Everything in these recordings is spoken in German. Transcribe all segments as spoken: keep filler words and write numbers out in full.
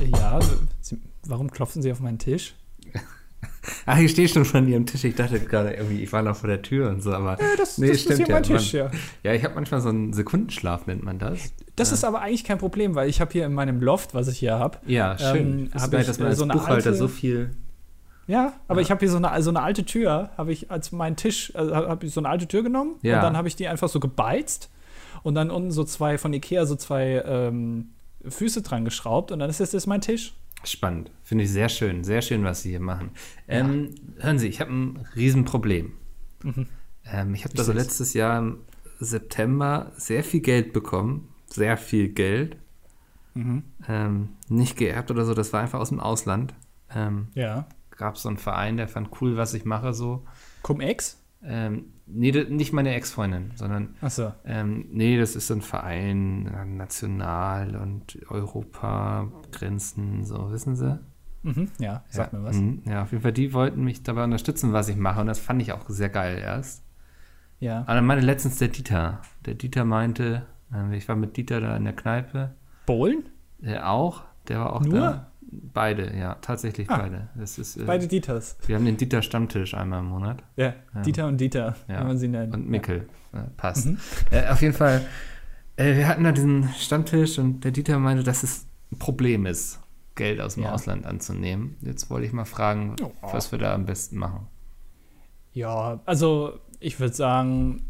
Ja, Sie, warum klopfen Sie auf meinen Tisch? Ach, ich stehe schon von Ihrem Tisch. Ich dachte gerade irgendwie, ich war noch vor der Tür und so, aber Ja, das, nee, das stimmt ist hier ja. mein Tisch, Man, ja. Ja, ich habe manchmal so einen Sekundenschlaf, nennt man das. Das ja. ist aber eigentlich kein Problem, weil ich habe hier in meinem Loft, was ich hier habe. Ja, schön. Ähm, das hab ist ich, dass man äh, als so eine Buchhalter alte, so viel... Ja, aber Ja. ich habe hier so eine, so eine alte Tür, habe ich als meinen Tisch, also habe ich so eine alte Tür genommen Ja. und dann habe ich die einfach so gebeizt und dann unten so zwei von Ikea, so zwei ähm, Füße dran geschraubt und dann ist das jetzt mein Tisch. Spannend. Finde ich sehr schön. Sehr schön, was Sie hier machen. Ähm, hören Sie, ich habe ein Riesenproblem. Mhm. Ähm, ich habe Ich da so seh's. letztes Jahr im September sehr viel Geld bekommen. Sehr viel Geld. Mhm. Ähm, nicht geerbt oder so, das war einfach aus dem Ausland. Ähm, Ja. Gab so einen Verein, der fand cool, was ich mache so. Cum-Ex? Ähm, nee, das- nicht meine Ex-Freundin, sondern Achso. ähm, nee, das ist so ein Verein, äh, national und Europa, Grenzen, so, wissen Sie? Mhm. Ja, sag ja, mir was. mhm, Ja, auf jeden Fall, die wollten mich dabei unterstützen, was ich mache und das fand ich auch sehr geil erst. Ja. Aber dann meinte letztens der Dieter. Der Dieter meinte, äh, ich war mit Dieter da in der Kneipe, Bohlen? der auch, der war auch Nur? da. Beide, ja, tatsächlich Ah. beide. Das ist, äh, Beide Dieters. Wir haben den Dieter-Stammtisch einmal im Monat. Ja, Ja. Dieter und Dieter, Ja. wie man sie nennt. Und Mickel. Ja. Passt. Mhm. Äh, auf jeden Fall, äh, wir hatten da diesen Stammtisch und der Dieter meinte, dass es ein Problem ist, Geld aus dem Ja. Ausland anzunehmen. Jetzt wollte ich mal fragen, Oh. was wir da am besten machen. Ja, also ich würde sagen,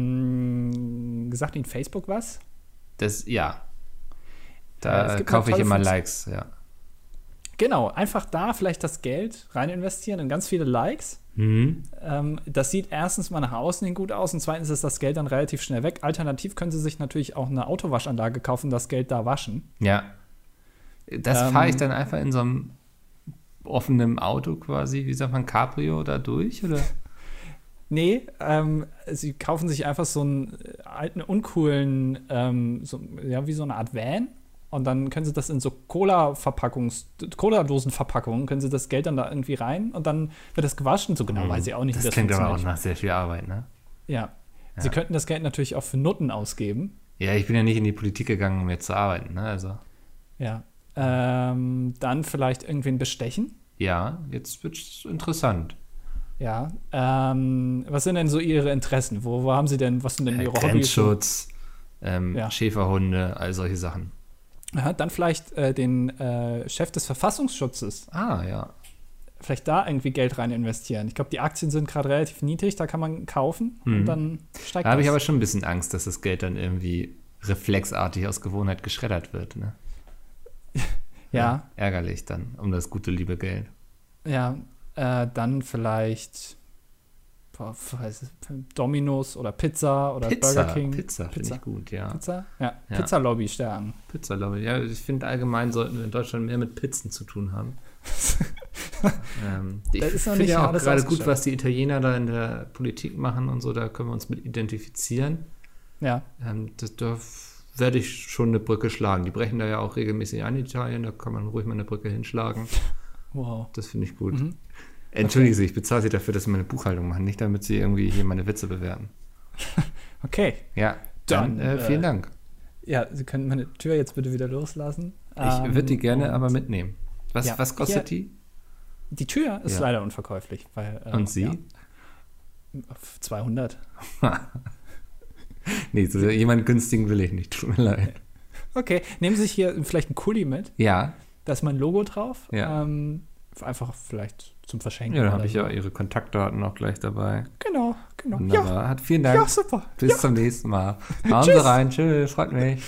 ähm, gesagt Ihnen Facebook was? Das, ja. Ja, es Da gibt kaufe ich eine tolle immer Funktion. Likes, ja. Genau, einfach da vielleicht das Geld rein investieren in ganz viele Likes. Mhm. Ähm, das sieht erstens mal nach außen hin gut aus und zweitens ist das Geld dann relativ schnell weg. Alternativ können Sie sich natürlich auch eine Autowaschanlage kaufen, das Geld da waschen. Ja. Das Ähm, fahre ich dann einfach in so einem offenen Auto quasi, wie sagt man, Cabrio da durch, oder? Nee, ähm, Sie kaufen sich einfach so einen äh, alten, uncoolen, ähm, so, ja, wie so eine Art Van. Und dann können Sie das in so Cola-Verpackungs-, Cola-Dosen-Verpackungen, können Sie das Geld dann da irgendwie rein und dann wird das gewaschen. So genau weiß ich auch nicht, Das wie das klingt aber auch funktioniert. nach sehr viel Arbeit, ne? Ja. Ja. Sie könnten das Geld natürlich auch für Nutten ausgeben. Ja, ich bin ja nicht in die Politik gegangen, um jetzt zu arbeiten, ne? Also, Ja. Ähm, dann vielleicht irgendwen bestechen. ja, jetzt wird es interessant. Ja. Ähm, was sind denn so Ihre Interessen? Wo, wo haben Sie denn, was sind denn Äh, Ihre Hobbys? Grenzschutz, ähm, Ja. Schäferhunde, all solche Sachen. Aha, dann vielleicht äh, den äh, Chef des Verfassungsschutzes. Ah, ja. Vielleicht da irgendwie Geld rein investieren. Ich glaube, die Aktien sind gerade relativ niedrig, da kann man kaufen Mhm. und dann steigt Da habe das. ich aber schon ein bisschen Angst, dass das Geld dann irgendwie reflexartig aus Gewohnheit geschreddert wird, ne? ja, Ärgerlich dann, um das gute, liebe Geld. ja, äh, dann vielleicht boah, weiß ich, Domino's oder Pizza oder Pizza, Burger King. Pizza finde Pizza. ich gut, ja. Pizza? Ja, Ja. Pizza-Lobby stärken. Pizza, glaube ich. Ja, ich finde allgemein sollten wir in Deutschland mehr mit Pizzen zu tun haben. ähm, ich Das ist noch finde nicht ja auch alles gerade gut, ausgeschöpft. was die Italiener da in der Politik machen und so, da können wir uns mit identifizieren. Ja, Ähm, das, da werde ich schon eine Brücke schlagen. Die brechen da ja auch regelmäßig an, Italien, da kann man ruhig mal eine Brücke hinschlagen. wow. Das finde ich gut. Mhm. Entschuldigen Sie, ich bezahle Sie dafür, dass Sie meine Buchhaltung machen, nicht damit Sie irgendwie hier meine Witze bewerten. Okay. Ja, dann, Dann, äh, vielen äh, Dank. Ja, Sie können meine Tür jetzt bitte wieder loslassen. Ich Ähm, würde die gerne und aber mitnehmen. Was, Ja, was kostet hier- die? Die Tür ist Ja. leider unverkäuflich. Weil, äh, Und Sie? Ja, auf zweihundert. Nee, so jemanden günstigen will ich nicht, tut mir leid. Okay, nehmen Sie sich hier vielleicht einen Kuli mit. Ja, Da ist mein Logo drauf. Ja. Ähm, einfach vielleicht zum Verschenken. ja dann oder habe ich so. ja Ihre Kontaktdaten auch gleich dabei. Genau, genau. Wunderbar. Ja, Hat vielen Dank. ja, super. Bis ja. zum nächsten Mal. Hauen Sie Tschüss. rein. Tschüss, freut mich.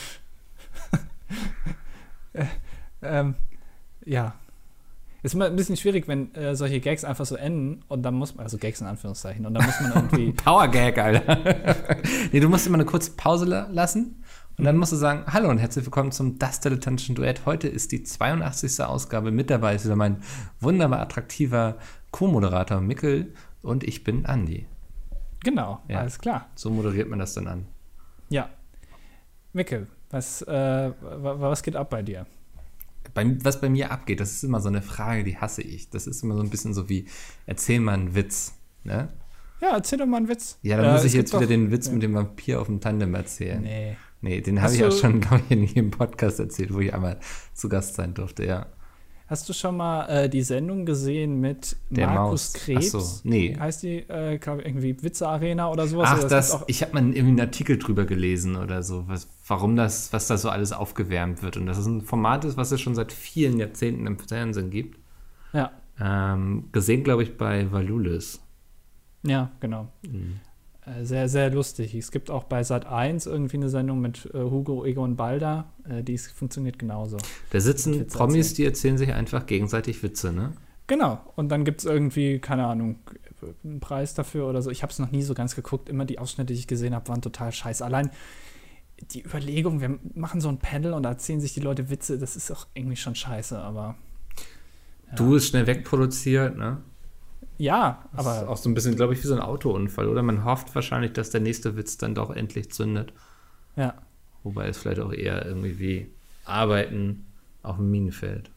Ähm, ja. Ist immer ein bisschen schwierig, wenn äh, solche Gags einfach so enden und dann muss man, also Gags in Anführungszeichen, und dann muss man irgendwie, Power Gag, Alter. Nee, du musst immer eine kurze Pause la- lassen und dann musst du sagen, hallo und herzlich willkommen zum Das Dilettantischen Duett. Heute ist die zweiundachtzigste Ausgabe. Mit dabei ist wieder mein wunderbar attraktiver Co-Moderator Mickel und ich bin Andi. genau, Ja. alles klar. So moderiert man das dann an. Ja. Mickel, was, äh, wa- wa- was geht ab bei dir? Bei, was bei mir abgeht, das ist immer so eine Frage, die hasse ich. Das ist immer so ein bisschen so wie, erzähl mal einen Witz. Ne? Ja, erzähl doch mal einen Witz. Ja, dann Äh, muss es ich gibt jetzt wieder doch- den Witz ja. mit dem Vampir auf dem Tandem erzählen. Nee. Nee, den habe Hast ich auch du- schon, glaube ich, in jedem Podcast erzählt, wo ich einmal zu Gast sein durfte, ja. Hast du schon mal äh, die Sendung gesehen mit Der Markus Maus. Krebs? Ach so, nee. Heißt die, äh, glaub ich, irgendwie Witze Arena oder sowas? Ach, Oder es das, gibt auch- ich habe mal irgendwie einen Artikel drüber gelesen oder so, was, warum das, was da so alles aufgewärmt wird. Und das ist ein Format ist, was es schon seit vielen Jahrzehnten im Fernsehen gibt. Ja, Ähm, gesehen, glaube ich, bei Valulis. ja, genau. Mhm. Äh, Sehr, sehr lustig. Es gibt auch bei Sat eins irgendwie eine Sendung mit äh, Hugo Egon Balder. Äh, die ist, funktioniert genauso. Da sitzen Witze Promis, erzählen. die erzählen sich einfach gegenseitig Witze, ne? Genau. Und dann gibt es irgendwie, keine Ahnung, einen Preis dafür oder so. Ich habe es noch nie so ganz geguckt. Immer die Ausschnitte, die ich gesehen habe, waren total scheiße. Allein die Überlegung, wir machen so ein Panel und da erzählen sich die Leute Witze, das ist auch irgendwie schon scheiße. Aber ja. Du ist schnell wegproduziert, ne? ja, Das ist aber auch so ein bisschen, glaube ich, wie so ein Autounfall, oder? Man hofft wahrscheinlich, dass der nächste Witz dann doch endlich zündet. ja. Wobei es vielleicht auch eher irgendwie wie Arbeiten auf dem Minenfeld.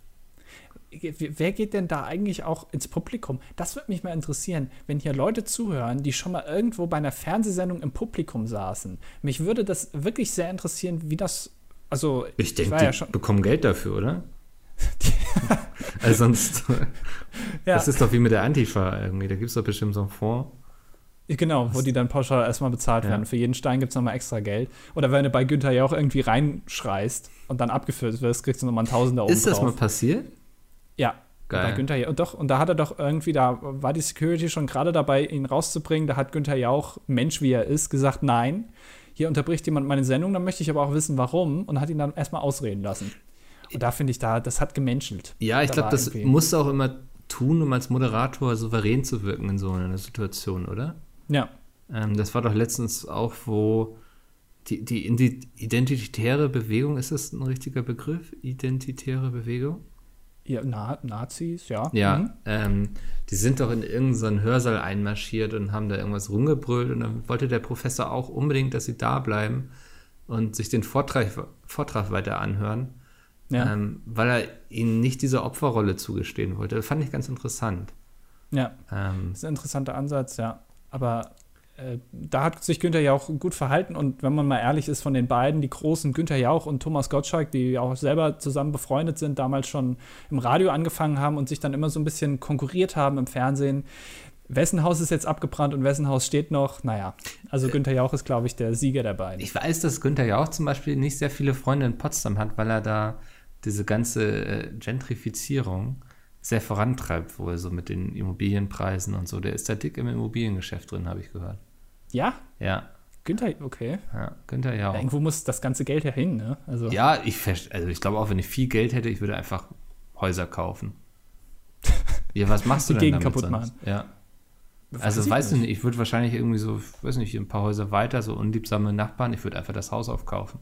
Wer geht denn da eigentlich auch ins Publikum? Das würde mich mal interessieren, wenn hier Leute zuhören, die schon mal irgendwo bei einer Fernsehsendung im Publikum saßen. Mich würde das wirklich sehr interessieren, wie das, also Ich denke, war die ja schon, bekommen Geld dafür, oder? Also sonst, ja, das ist doch wie mit der Antifa irgendwie. Da gibt es doch bestimmt so einen Fonds. genau, wo die dann pauschal erstmal bezahlt Ja. werden. Für jeden Stein gibt es nochmal extra Geld. Oder wenn du bei Günther ja auch irgendwie reinschreist und dann abgeführt wirst, kriegst du nochmal einen Tausender oben Ist das drauf. mal passiert? Ja, Geil. bei Günther Jauch. Doch, und da hat er doch irgendwie, da war die Security schon gerade dabei, ihn rauszubringen. Da hat Günther Jauch, Mensch wie er ist, gesagt, nein, hier unterbricht jemand meine Sendung, dann möchte ich aber auch wissen, warum. Und hat ihn dann erstmal ausreden lassen. Und da finde ich, da, das hat gemenschelt. Ja, ich Da glaube, war das irgendwie- musst du auch immer tun, um als Moderator souverän zu wirken in so einer Situation, oder? Ja, Ähm, das war doch letztens auch, wo die, die indi- identitäre Bewegung, ist das ein richtiger Begriff? Identitäre Bewegung? ja Na, Nazis, ja. Ja, Mhm. ähm, die sind doch in irgendeinen Hörsaal einmarschiert und haben da irgendwas rumgebrüllt und dann wollte der Professor auch unbedingt, dass sie da bleiben und sich den Vortrag, Vortrag weiter anhören, Ja, ähm, weil er ihnen nicht diese Opferrolle zugestehen wollte. Das fand ich ganz interessant. ja. Ähm, Das ist ein interessanter Ansatz, ja. Aber äh, da hat sich Günther Jauch gut verhalten. Und wenn man mal ehrlich ist, von den beiden, die großen Günther Jauch und Thomas Gottschalk, die auch selber zusammen befreundet sind, damals schon im Radio angefangen haben und sich dann immer so ein bisschen konkurriert haben im Fernsehen. Wessen Haus ist jetzt abgebrannt und wessen Haus steht noch? Naja, also Günther Jauch ist, glaube ich, der Sieger der beiden. Ich weiß, dass Günther Jauch zum Beispiel nicht sehr viele Freunde in Potsdam hat, weil er da diese ganze äh, Gentrifizierung sehr vorantreibt, wo er so mit den Immobilienpreisen und so, der ist da dick im Immobiliengeschäft drin, habe ich gehört. Ja, Ja, Günther, okay. ja, Günther Ja, Jauch. irgendwo muss das ganze Geld ja hin, ne? Also, Ja, ich, verst- also ich glaube auch, wenn ich viel Geld hätte, ich würde einfach Häuser kaufen. Ja, was machst du Die denn Gegend damit kaputt sonst? Ja. Also ich weiß ich nicht, ich würde wahrscheinlich irgendwie so, ich weiß nicht, ein paar Häuser weiter, so unliebsame Nachbarn, ich würde einfach das Haus aufkaufen.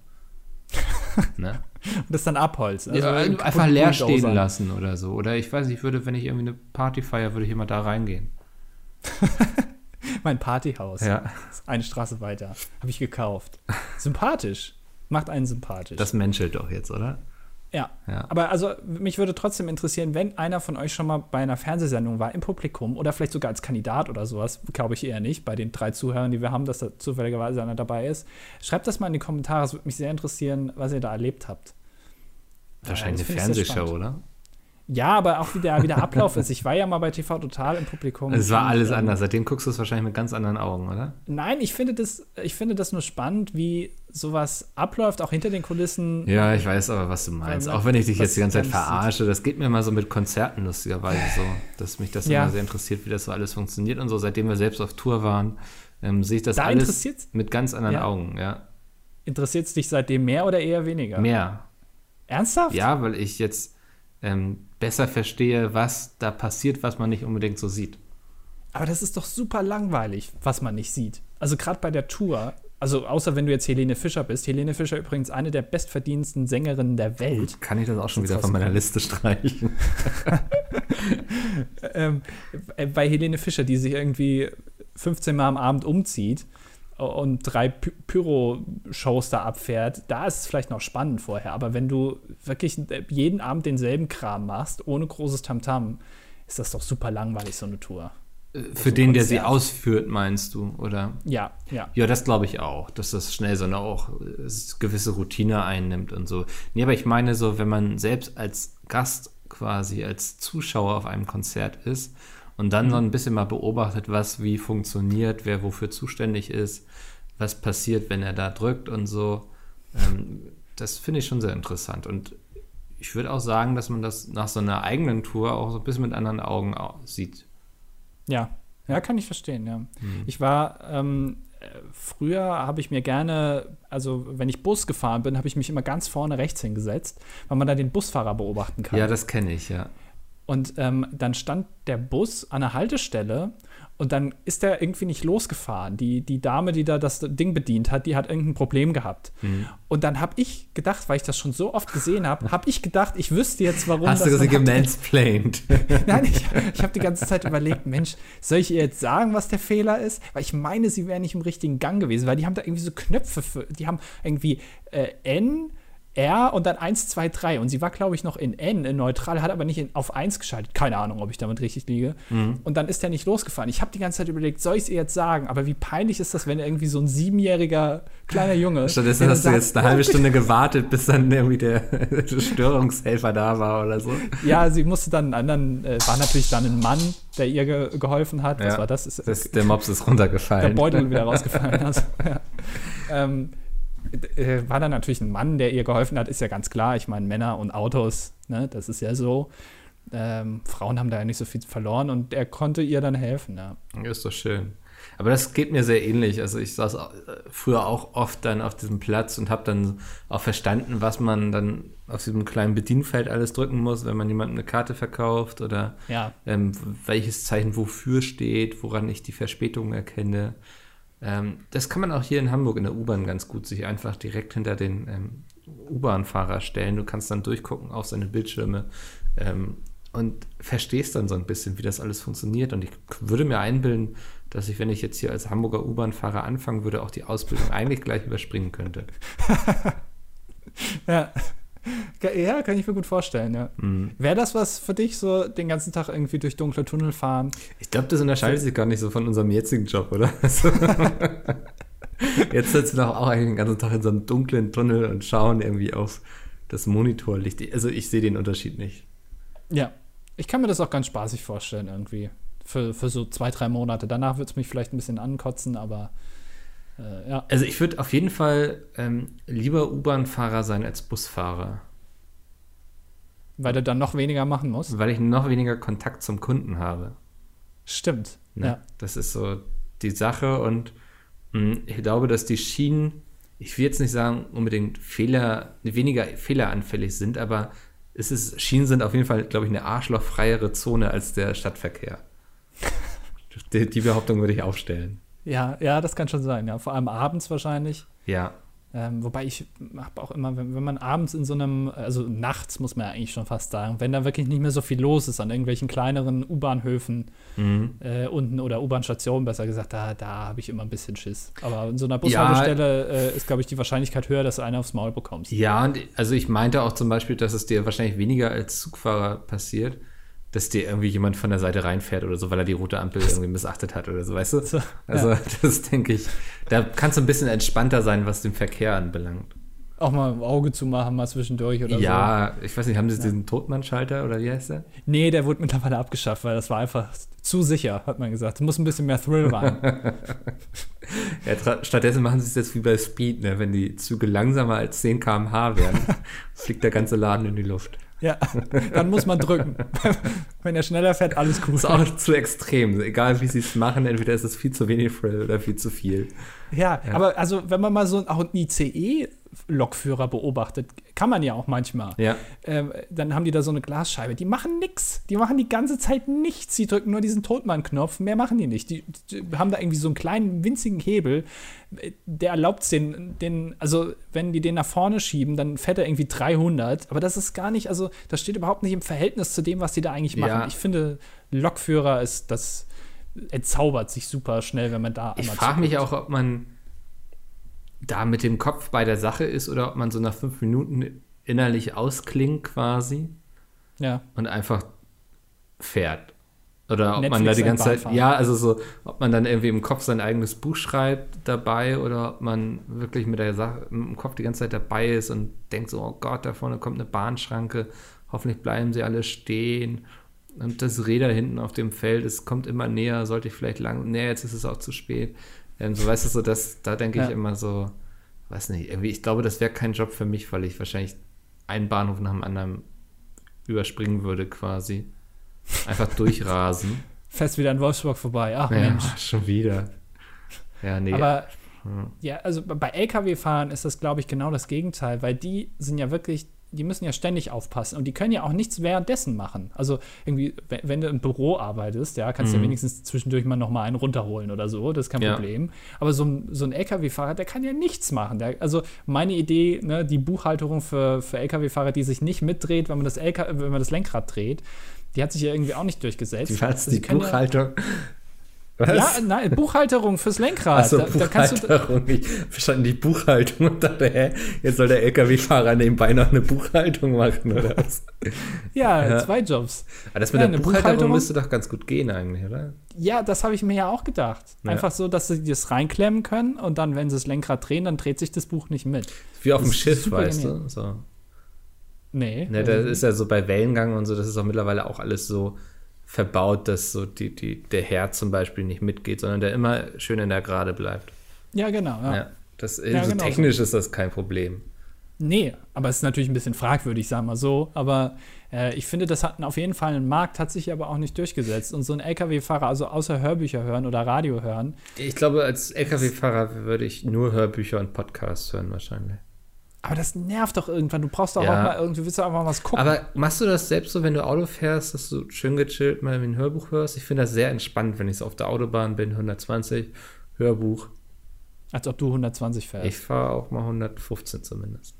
Ne? Und das dann abholzen. Ja, Also, einfach kaputt leer bulldozern. stehen lassen oder so. Oder ich weiß nicht, ich würde, wenn ich irgendwie eine Party feiere, würde ich immer da reingehen. Mein Partyhaus. Ja, Ist eine Straße weiter. Habe ich gekauft. Sympathisch. Macht einen sympathisch. das menschelt doch jetzt, oder? ja. Ja. Aber also mich würde trotzdem interessieren, wenn einer von euch schon mal bei einer Fernsehsendung war im Publikum oder vielleicht sogar als Kandidat oder sowas, glaube ich eher nicht, bei den drei Zuhörern, die wir haben, dass da zufälligerweise einer dabei ist. Schreibt das mal in die Kommentare. Es würde mich sehr interessieren, was ihr da erlebt habt. Wahrscheinlich das eine finde ich sehr Fernsehshow, spannend. oder? Ja, aber auch wie der, wie der Ablauf ist. Ich war ja mal bei T V Total im Publikum. Es war und, alles ähm, anders. Seitdem guckst du es wahrscheinlich mit ganz anderen Augen, oder? Nein, ich finde das, ich finde das nur spannend, wie sowas abläuft, auch hinter den Kulissen. Ja, ich weiß aber, was du meinst. Weil man- Auch wenn ich dich was jetzt die ganze Zeit man sieht. verarsche, das geht mir mal so mit Konzerten lustigerweise so, dass mich das Ja. immer sehr interessiert, wie das so alles funktioniert und so. Seitdem wir selbst auf Tour waren, ähm, sehe ich das Da alles interessiert's? mit ganz anderen Ja. Augen, ja. Interessiert es dich seitdem mehr oder eher weniger? Mehr. Ernsthaft? Ja, weil ich jetzt ähm, besser verstehe, was da passiert, was man nicht unbedingt so sieht. Aber das ist doch super langweilig, was man nicht sieht. Also gerade bei der Tour, also außer wenn du jetzt Helene Fischer bist. Helene Fischer übrigens eine der bestverdienendsten Sängerinnen der Welt. Kann ich das auch schon Das wieder ist von meiner rausgekommen. Liste streichen? ähm, äh, bei Helene Fischer, die sich irgendwie fünfzehn Mal am Abend umzieht und drei Py- Pyro-Shows da abfährt, da ist es vielleicht noch spannend vorher. Aber wenn du wirklich jeden Abend denselben Kram machst, ohne großes Tamtam, ist das doch super langweilig, so eine Tour. Für den, der sie ausführt, meinst du, oder? Ja, ja. Ja, das glaube ich auch, dass das schnell so eine auch äh, gewisse Routine einnimmt und so. Nee, aber ich meine so, wenn man selbst als Gast quasi, als Zuschauer auf einem Konzert ist und dann mhm. so ein bisschen mal beobachtet, was wie funktioniert, wer wofür zuständig ist, was passiert, wenn er da drückt und so, ähm, das finde ich schon sehr interessant. Und ich würde auch sagen, dass man das nach so einer eigenen Tour auch so ein bisschen mit anderen Augen sieht. Ja, ja, kann ich verstehen, ja. Mhm. Ich war, ähm, früher habe ich mir gerne, also wenn ich Bus gefahren bin, habe ich mich immer ganz vorne rechts hingesetzt, weil man da den Busfahrer beobachten kann. Ja, das kenne ich, ja. Und ähm, dann stand der Bus an der Haltestelle und dann ist der irgendwie nicht losgefahren. Die, die Dame, die da das Ding bedient hat, die hat irgendein Problem gehabt. Mhm. Und dann habe ich gedacht, weil ich das schon so oft gesehen habe, habe ich gedacht, ich wüsste jetzt, warum Hast das du sie gemansplained? Nein, ich, ich habe die ganze Zeit überlegt, Mensch, soll ich ihr jetzt sagen, was der Fehler ist? Weil ich meine, sie wäre nicht im richtigen Gang gewesen, weil die haben da irgendwie so Knöpfe für, die haben irgendwie äh, N, R und dann eins, zwei, drei. Und sie war, glaube ich, noch in N, in neutral, hat aber nicht in, auf eins geschaltet. Keine Ahnung, ob ich damit richtig liege. Mhm. Und dann ist der nicht losgefahren. Ich habe die ganze Zeit überlegt, soll ich es ihr jetzt sagen? Aber wie peinlich ist das, wenn irgendwie so ein siebenjähriger kleiner Junge. Stattdessen hast du jetzt eine halbe Stunde gewartet, bis dann irgendwie der Störungshelfer da war oder so. Ja, sie musste dann einen anderen, äh, war natürlich dann ein Mann, der ihr ge- geholfen hat. Was ja, war das? Ist, das? Der Mops ist runtergefallen. Der Beutel wieder rausgefallen. Also, ja. ähm, war dann natürlich ein Mann, der ihr geholfen hat, ist ja ganz klar. Ich meine, Männer und Autos, ne, das ist ja so. Ähm, Frauen haben da ja nicht so viel verloren und er konnte ihr dann helfen. Ja. Ist doch schön. Aber das geht mir sehr ähnlich. Also ich saß früher auch oft dann auf diesem Platz und habe dann auch verstanden, was man dann auf diesem kleinen Bedienfeld alles drücken muss, wenn man jemandem eine Karte verkauft oder ja. ähm, welches Zeichen wofür steht, woran ich die Verspätung erkenne. Ähm, das kann man auch hier in Hamburg in der U-Bahn ganz gut sich einfach direkt hinter den ähm, U-Bahn-Fahrer stellen. Du kannst dann durchgucken auf seine Bildschirme ähm, und verstehst dann so ein bisschen, wie das alles funktioniert. Und ich würde mir einbilden, dass ich, wenn ich jetzt hier als Hamburger U-Bahn-Fahrer anfangen würde, auch die Ausbildung eigentlich gleich überspringen könnte. Ja. Ja, kann ich mir gut vorstellen, ja. Mhm. Wäre das was für dich, so den ganzen Tag irgendwie durch dunkle Tunnel fahren? Ich glaube, das unterscheidet sich gar nicht so von unserem jetzigen Job, oder? Also, jetzt sitzen wir doch auch eigentlich den ganzen Tag in so einem dunklen Tunnel und schauen irgendwie auf das Monitorlicht. Also ich sehe den Unterschied nicht. Ja, ich kann mir das auch ganz spaßig vorstellen irgendwie. Für, für so zwei, drei Monate. Danach wird es mich vielleicht ein bisschen ankotzen, aber äh, ja. Also ich würde auf jeden Fall ähm, lieber U-Bahn-Fahrer sein als Busfahrer. Weil du dann noch weniger machen musst? Weil ich noch weniger Kontakt zum Kunden habe. Stimmt, ne? Ja. Das ist so die Sache und mh, ich glaube, dass die Schienen, ich will jetzt nicht sagen unbedingt Fehler, weniger fehleranfällig sind, aber es ist, Schienen sind auf jeden Fall, glaube ich, eine arschlochfreiere Zone als der Stadtverkehr. die, die Behauptung würde ich aufstellen. Ja, ja, das kann schon sein, ja. Vor allem abends wahrscheinlich. Ja. Ähm, wobei ich habe auch immer, wenn, wenn man abends in so einem, also nachts muss man ja eigentlich schon fast sagen, wenn da wirklich nicht mehr so viel los ist an irgendwelchen kleineren U-Bahnhöfen mhm. äh, unten oder U-Bahn-Stationen, besser gesagt, da, da habe ich immer ein bisschen Schiss. Aber in so einer Bushaltestelle ja, äh, ist, glaube ich, die Wahrscheinlichkeit höher, dass du einen aufs Maul bekommst. Ja, und also ich meinte auch zum Beispiel, dass es dir wahrscheinlich weniger als Zugfahrer passiert, dass dir irgendwie jemand von der Seite reinfährt oder so, weil er die rote Ampel irgendwie missachtet hat oder so, weißt du? So, also ja. Das denke ich, da kannst du ein bisschen entspannter sein, was den Verkehr anbelangt. Auch mal ein Auge zumachen, mal zwischendurch oder ja, so. Ja, ich weiß nicht, haben sie ja. diesen Totmannschalter oder wie heißt der? Nee, der wurde mittlerweile abgeschafft, weil das war einfach zu sicher, hat man gesagt. Es muss ein bisschen mehr Thrill rein. Ja, tra- stattdessen machen sie es jetzt wie bei Speed, ne? Wenn die Züge langsamer als zehn Kilometer pro Stunde werden, fliegt der ganze Laden in die Luft. Ja, dann muss man drücken. Wenn er schneller fährt, alles cool. Das ist auch zu extrem. Egal, wie sie es machen, entweder ist es viel zu wenig Thrill oder viel zu viel. Ja, ja, aber also, wenn man mal so auch einen I C E-Lokführer beobachtet, kann man ja auch manchmal. Ja. Ähm, dann haben die da so eine Glasscheibe. Die machen nix. Die machen die ganze Zeit nichts. Die drücken nur diesen Totmann-Knopf. Mehr machen die nicht. Die, die haben da irgendwie so einen kleinen, winzigen Hebel. Der erlaubt es den, den, also wenn die den nach vorne schieben, dann fährt er irgendwie dreihundert. Aber das ist gar nicht, also das steht überhaupt nicht im Verhältnis zu dem, was die da eigentlich machen. Ja. Ich finde, Lokführer ist das, entzaubert sich super schnell, wenn man da Ich frage mich auch, ob man da mit dem Kopf bei der Sache ist oder ob man so nach fünf Minuten innerlich ausklingt quasi. Ja. Und einfach fährt. Oder ob Netflix man da die ganze Zeit, Bahnfahren. ja, also so, ob man dann irgendwie im Kopf sein eigenes Buch schreibt dabei oder ob man wirklich mit der Sache im Kopf die ganze Zeit dabei ist und denkt so, oh Gott, da vorne kommt eine Bahnschranke, hoffentlich bleiben sie alle stehen. Und das Räder hinten auf dem Feld, es kommt immer näher, sollte ich vielleicht lang, nee, jetzt ist es auch zu spät. Ähm, so weißt du, so das, da denke Ja. ich immer so, weiß nicht, irgendwie, ich glaube, das wäre kein Job für mich, weil ich wahrscheinlich einen Bahnhof nach dem anderen überspringen würde quasi. Einfach durchrasen. Fährst wieder an Wolfsburg vorbei. Ach Ja, Mensch. schon wieder. Ja, nee. Aber Hm. ja, also bei L K W-Fahrern ist das, glaube ich, genau das Gegenteil, weil die sind ja wirklich, die müssen ja ständig aufpassen und die können ja auch nichts währenddessen machen. Also irgendwie, wenn, wenn du im Büro arbeitest, ja, kannst du Mhm. ja wenigstens zwischendurch mal noch mal einen runterholen oder so, das ist kein Ja. Problem. Aber so ein, so ein L K W-Fahrer, der kann ja nichts machen. Der, also meine Idee, ne, die Buchhalterung für, für L K W-Fahrer, die sich nicht mitdreht, wenn man das L K, wenn man das Lenkrad dreht, die hat sich ja irgendwie auch nicht durchgesetzt. Die, was, Also die können ja- Buchhaltung. Was? Ja, nein, Buchhalterung fürs Lenkrad. Achso, da, da kannst du, Buchhalterung. Ich verstanden die Buchhaltung und dachte, hä, jetzt soll der L K W-Fahrer nebenbei noch eine Buchhaltung machen, oder was? ja, Ja. zwei Jobs. Aber das mit Ja, der eine Buchhalterung, Buchhalterung müsste doch ganz gut gehen eigentlich, oder? Ja, das habe ich mir ja auch gedacht. Ja. Einfach so, dass sie das reinklemmen können und dann, wenn sie das Lenkrad drehen, dann dreht sich das Buch nicht mit. Wie auf Das dem ist Schiff, super weißt genial. du? So. Nee. Ne, das ist ja so bei Wellengang und so, das ist auch mittlerweile auch alles so verbaut, dass so die, die, der Herd zum Beispiel nicht mitgeht, sondern der immer schön in der Gerade bleibt. ja, genau. Ja. Ja. Das, Ja, so genau. technisch ist das kein Problem. Nee, aber es ist natürlich ein bisschen fragwürdig, sagen wir so. Aber äh, ich finde, das hat auf jeden Fall einen Markt, hat sich aber auch nicht durchgesetzt. Und so ein L K W-Fahrer, also außer Hörbücher hören oder Radio hören, Ich glaube, als L K W-Fahrer würde ich nur Hörbücher und Podcasts hören wahrscheinlich. aber das nervt doch irgendwann. Du brauchst doch Ja. auch mal irgendwie, willst du einfach mal was gucken. Aber machst du das selbst so, wenn du Auto fährst, dass du schön gechillt mal ein Hörbuch hörst? Ich finde das sehr entspannt, wenn ich so auf der Autobahn bin, hundertzwanzig, Hörbuch. Als ob du hundertzwanzig fährst. Ich fahre auch mal hundertfünfzehn zumindest.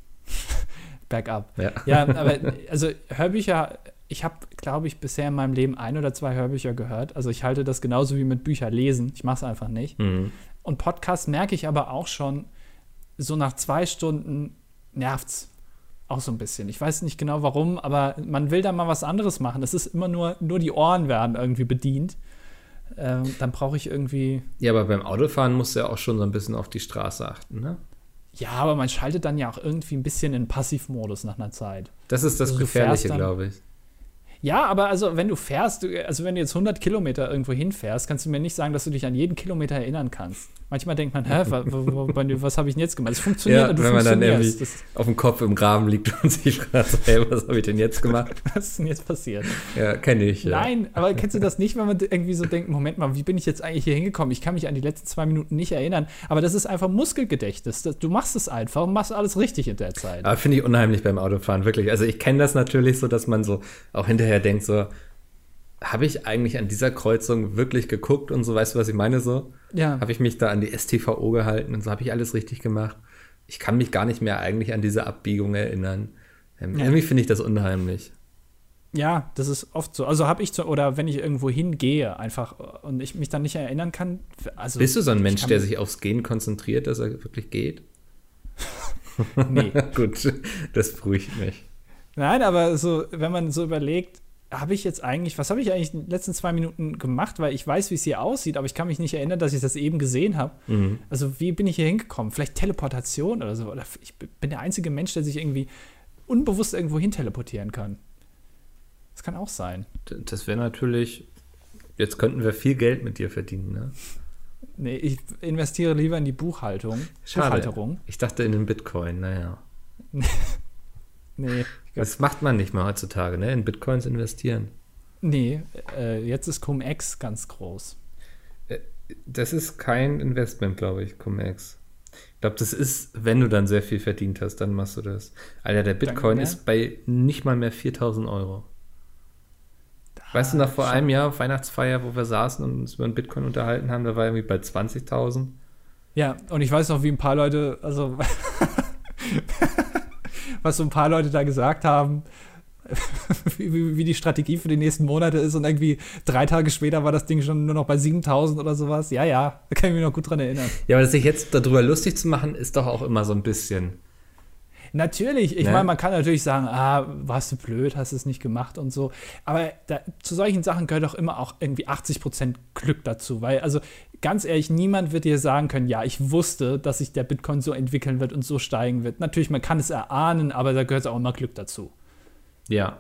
Bergab. Ja. Ja, aber also Hörbücher, ich habe, glaube ich, bisher in meinem Leben ein oder zwei Hörbücher gehört. Also ich halte das genauso wie mit Bücher lesen. Ich mache es einfach nicht. Mhm. Und Podcast merke ich aber auch schon, so nach zwei Stunden nervt's auch so ein bisschen. Ich weiß nicht genau warum, aber man will da mal was anderes machen. Es ist immer nur, nur die Ohren werden irgendwie bedient. Ähm, dann brauche ich irgendwie, Ja, aber beim Autofahren musst du ja auch schon so ein bisschen auf die Straße achten, ne? ja, aber man schaltet dann ja auch irgendwie ein bisschen in Passivmodus nach einer Zeit. Das ist das Also du Gefährliche, fährst dann- glaube ich. Ja, aber also wenn du fährst, du- also wenn du jetzt hundert Kilometer irgendwo hinfährst, kannst du mir nicht sagen, dass du dich an jeden Kilometer erinnern kannst. Manchmal denkt man, hä, wa, wa, wa, was habe ich denn jetzt gemacht? Es funktioniert, Ja, du wenn man dann funktionierst. irgendwie auf dem Kopf im Graben liegt und sich fragt, so, hey, was habe ich denn jetzt gemacht? Das, was ist denn jetzt passiert? Ja, kenne ich. Ja. Nein, aber kennst du das nicht, wenn man irgendwie so denkt, Moment mal, wie bin ich jetzt eigentlich hier hingekommen? Ich kann mich an die letzten zwei Minuten nicht erinnern. Aber das ist einfach Muskelgedächtnis. Das, du machst es einfach und machst alles richtig in der Zeit. Aber finde ich unheimlich beim Autofahren, wirklich. Also ich kenne das natürlich so, dass man so auch hinterher denkt, so, habe ich eigentlich an dieser Kreuzung wirklich geguckt und so, weißt du, was ich meine so? Ja. Habe ich mich da an die S T V O gehalten und so, habe ich alles richtig gemacht? Ich kann mich gar nicht mehr eigentlich an diese Abbiegung erinnern. Ähm, Ja. Irgendwie finde ich das unheimlich. Ja, das ist oft so. Also habe ich zu, oder wenn ich irgendwo hingehe einfach und ich mich dann nicht erinnern kann. Also Bist du so ein ich Mensch, kann der mich- sich aufs Gehen konzentriert, dass er wirklich geht? Nee. Gut, das beruhigt mich. Nein, aber so, wenn man so überlegt, habe ich jetzt eigentlich, was habe ich eigentlich in den letzten zwei Minuten gemacht, weil ich weiß, wie es hier aussieht, aber ich kann mich nicht erinnern, dass ich das eben gesehen habe. Mhm. Also wie bin ich hier hingekommen? Vielleicht Teleportation oder so. Oder ich bin der einzige Mensch, der sich irgendwie unbewusst irgendwo hin teleportieren kann. Das kann auch sein. Das wäre natürlich, jetzt könnten wir viel Geld mit dir verdienen, ne? Nee, ich investiere lieber in die Buchhaltung. Schade. Buchhalterung. Ich dachte in den Bitcoin, naja. Nee, ich glaub, Das macht man nicht mehr heutzutage, ne? In Bitcoins investieren. nee äh, jetzt ist Cum-Ex ganz groß. Das ist kein Investment, glaube ich, Cum-Ex. Ich glaube, das ist, wenn du dann sehr viel verdient hast, dann machst du das. Alter, der Bitcoin mehr? ist bei nicht mal mehr viertausend Euro. Weißt du, noch vor schau. einem Jahr auf Weihnachtsfeier, wo wir saßen und uns über den Bitcoin unterhalten haben, da war irgendwie bei zwanzigtausend. Ja, und ich weiß noch, wie ein paar Leute, also was so ein paar Leute da gesagt haben, wie, wie, wie die Strategie für die nächsten Monate ist und irgendwie drei Tage später war das Ding schon nur noch bei siebentausend oder sowas. Ja, ja, da kann ich mich noch gut dran erinnern. Ja, aber sich jetzt darüber lustig zu machen, ist doch auch immer so ein bisschen. Natürlich, ich Ne? meine, man kann natürlich sagen, ah, warst du blöd, hast es nicht gemacht und so. Aber da, zu solchen Sachen gehört auch immer auch irgendwie achtzig Prozent Glück dazu. Weil, also ganz ehrlich, niemand wird dir sagen können, ja, ich wusste, dass sich der Bitcoin so entwickeln wird und so steigen wird. Natürlich, man kann es erahnen, aber da gehört auch immer Glück dazu. Ja.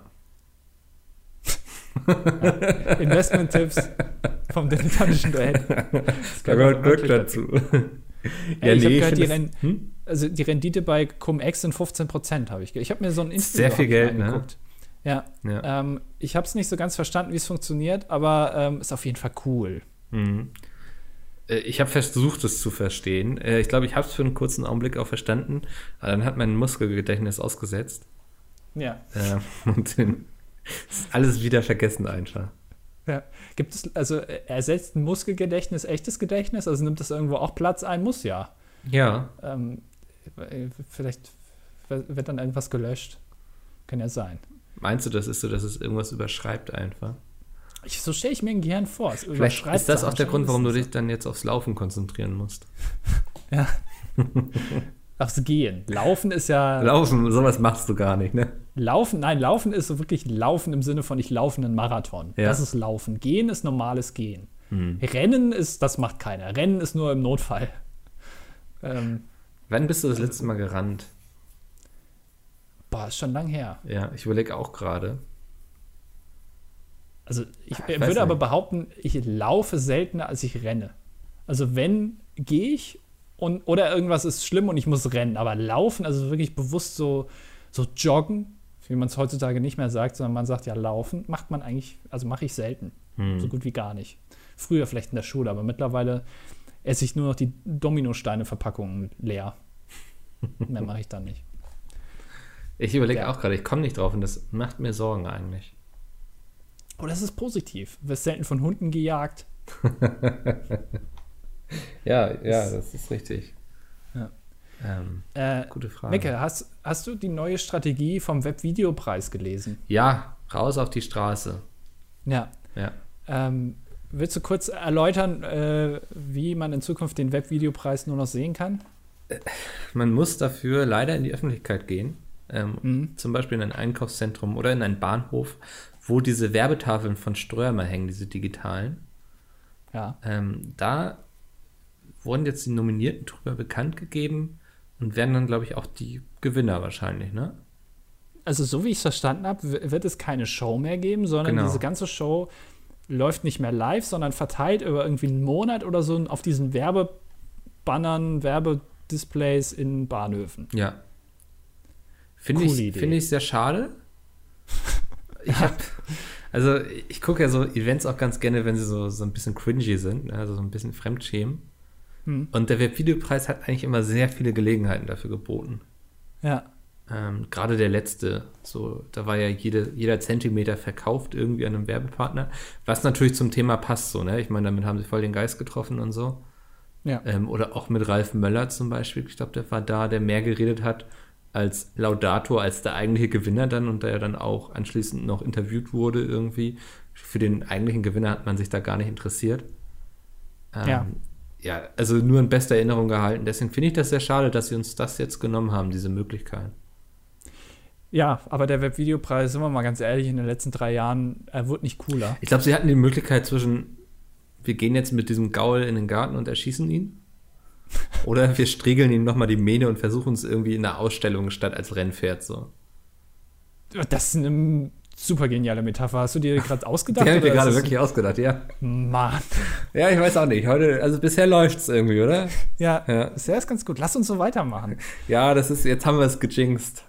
Ja. Investment-Tipps vom dilettantischen Duett. Da gehört Glück dazu. Ey, ich habe gehört, die, das- Ren hm? also die Rendite bei Cum-Ex sind fünfzehn Prozent, habe ich ge- Ich habe mir so ein Sehr viel hab ich Geld, ne? angeguckt. Ja, Ja. ähm, ich habe es nicht so ganz verstanden, wie es funktioniert, aber ähm, ist auf jeden Fall cool. Mhm. Äh, Ich habe versucht, es zu verstehen. Äh, Ich glaube, ich habe es für einen kurzen Augenblick auch verstanden, aber dann hat mein Muskelgedächtnis ausgesetzt. Ja. Äh, Und dann ist alles wieder vergessen einfach. ja. Gibt es, also äh, ersetzt ein Muskelgedächtnis echtes Gedächtnis? Also nimmt das irgendwo auch Platz ein? Muss ja. Ja, Ähm, äh, vielleicht wird dann irgendwas gelöscht. Kann ja sein. meinst du, das ist so, dass es irgendwas überschreibt einfach? Ich, so stelle ich mir ein Gehirn vor. Es Vielleicht überschreibt ist das Sachen auch der schon Grund, warum du mindestens. dich dann jetzt aufs Laufen konzentrieren musst. Ja. Aufs Gehen. Laufen ist ja. Laufen, sowas machst du gar nicht, ne? Laufen, nein, Laufen ist so wirklich Laufen im Sinne von ich laufe einen Marathon. Ja. Das ist Laufen. Gehen ist normales Gehen. Hm. Rennen ist, das macht keiner. Rennen ist nur im Notfall. Ähm, Wann bist du das letzte Mal gerannt? boah, ist schon lang her. Ja, ich überlege auch gerade. Also ich, Ich äh, weiß würde aber nicht. behaupten, ich laufe seltener, als ich renne. Also wenn, gehe ich und, oder irgendwas ist schlimm und ich muss rennen. Aber laufen, also wirklich bewusst so, so joggen, wie man es heutzutage nicht mehr sagt, sondern man sagt ja laufen, macht man eigentlich, also mache ich selten. Hm. So gut wie gar nicht. Früher vielleicht in der Schule, aber mittlerweile esse ich nur noch die Dominosteine-Verpackungen leer. Mehr mache ich dann nicht. Ich überlege Ja. auch gerade, ich komme nicht drauf und das macht mir Sorgen eigentlich. Oh, das ist positiv. Du wirst selten von Hunden gejagt. Ja, ja, Das- das ist richtig. Ja. Ähm, Äh, gute Frage. Mecke, hast, hast du die neue Strategie vom Webvideopreis gelesen? Ja, raus auf die Straße. Ja. Ja. Ähm, willst du kurz erläutern, äh, wie man in Zukunft den Webvideopreis nur noch sehen kann? Man muss dafür leider in die Öffentlichkeit gehen. Ähm, Mhm. Zum Beispiel in ein Einkaufszentrum oder in einen Bahnhof, wo diese Werbetafeln von Strömer hängen, diese digitalen. Ja. Ähm, da wurden jetzt die Nominierten drüber bekannt gegeben und werden dann, glaube ich, auch die Gewinner wahrscheinlich, ne? Also so wie ich es verstanden habe, w- wird es keine Show mehr geben, sondern Genau. diese ganze Show läuft nicht mehr live, sondern verteilt über irgendwie einen Monat oder so auf diesen Werbebannern, Werbedisplays in Bahnhöfen. Ja. Finde Coole ich, Idee. finde ich sehr schade. Ich hab, also ich gucke ja so Events auch ganz gerne, wenn sie so, so ein bisschen cringy sind, ne, also so ein bisschen Fremdschämen. Hm. Und der Webvideopreis hat eigentlich immer sehr viele Gelegenheiten dafür geboten. Ja. Ähm, gerade der letzte, so, da war ja jede, jeder Zentimeter verkauft irgendwie an einem Werbepartner, was natürlich zum Thema passt, so, ne? Ich meine, damit haben sie voll den Geist getroffen und so. Ja. Ähm, oder auch mit Ralf Möller zum Beispiel, ich glaube, der war da, der mehr geredet hat als Laudator, als der eigentliche Gewinner dann und der dann auch anschließend noch interviewt wurde irgendwie. Für den eigentlichen Gewinner hat man sich da gar nicht interessiert. Ähm, Ja. Ja, also nur in bester Erinnerung gehalten. Deswegen finde ich das sehr schade, dass sie uns das jetzt genommen haben, diese Möglichkeit. Ja, aber der Webvideopreis, sind wir mal ganz ehrlich, in den letzten drei Jahren, er wurde nicht cooler. Ich glaube, sie hatten die Möglichkeit zwischen, wir gehen jetzt mit diesem Gaul in den Garten und erschießen ihn. Oder wir striegeln ihm nochmal die Mähne und versuchen es irgendwie in einer Ausstellung statt als Rennpferd so. Das ist eine super geniale Metapher. Hast du dir gerade ausgedacht? Die habe ich mir oder ist gerade das- wirklich ausgedacht, ja. Mann. Ja, ich weiß auch nicht. Heute, also bisher läuft es irgendwie, oder? Ja, Ja. das ist ganz gut. Lass uns so weitermachen. Ja, das ist, jetzt haben wir es gejinxt.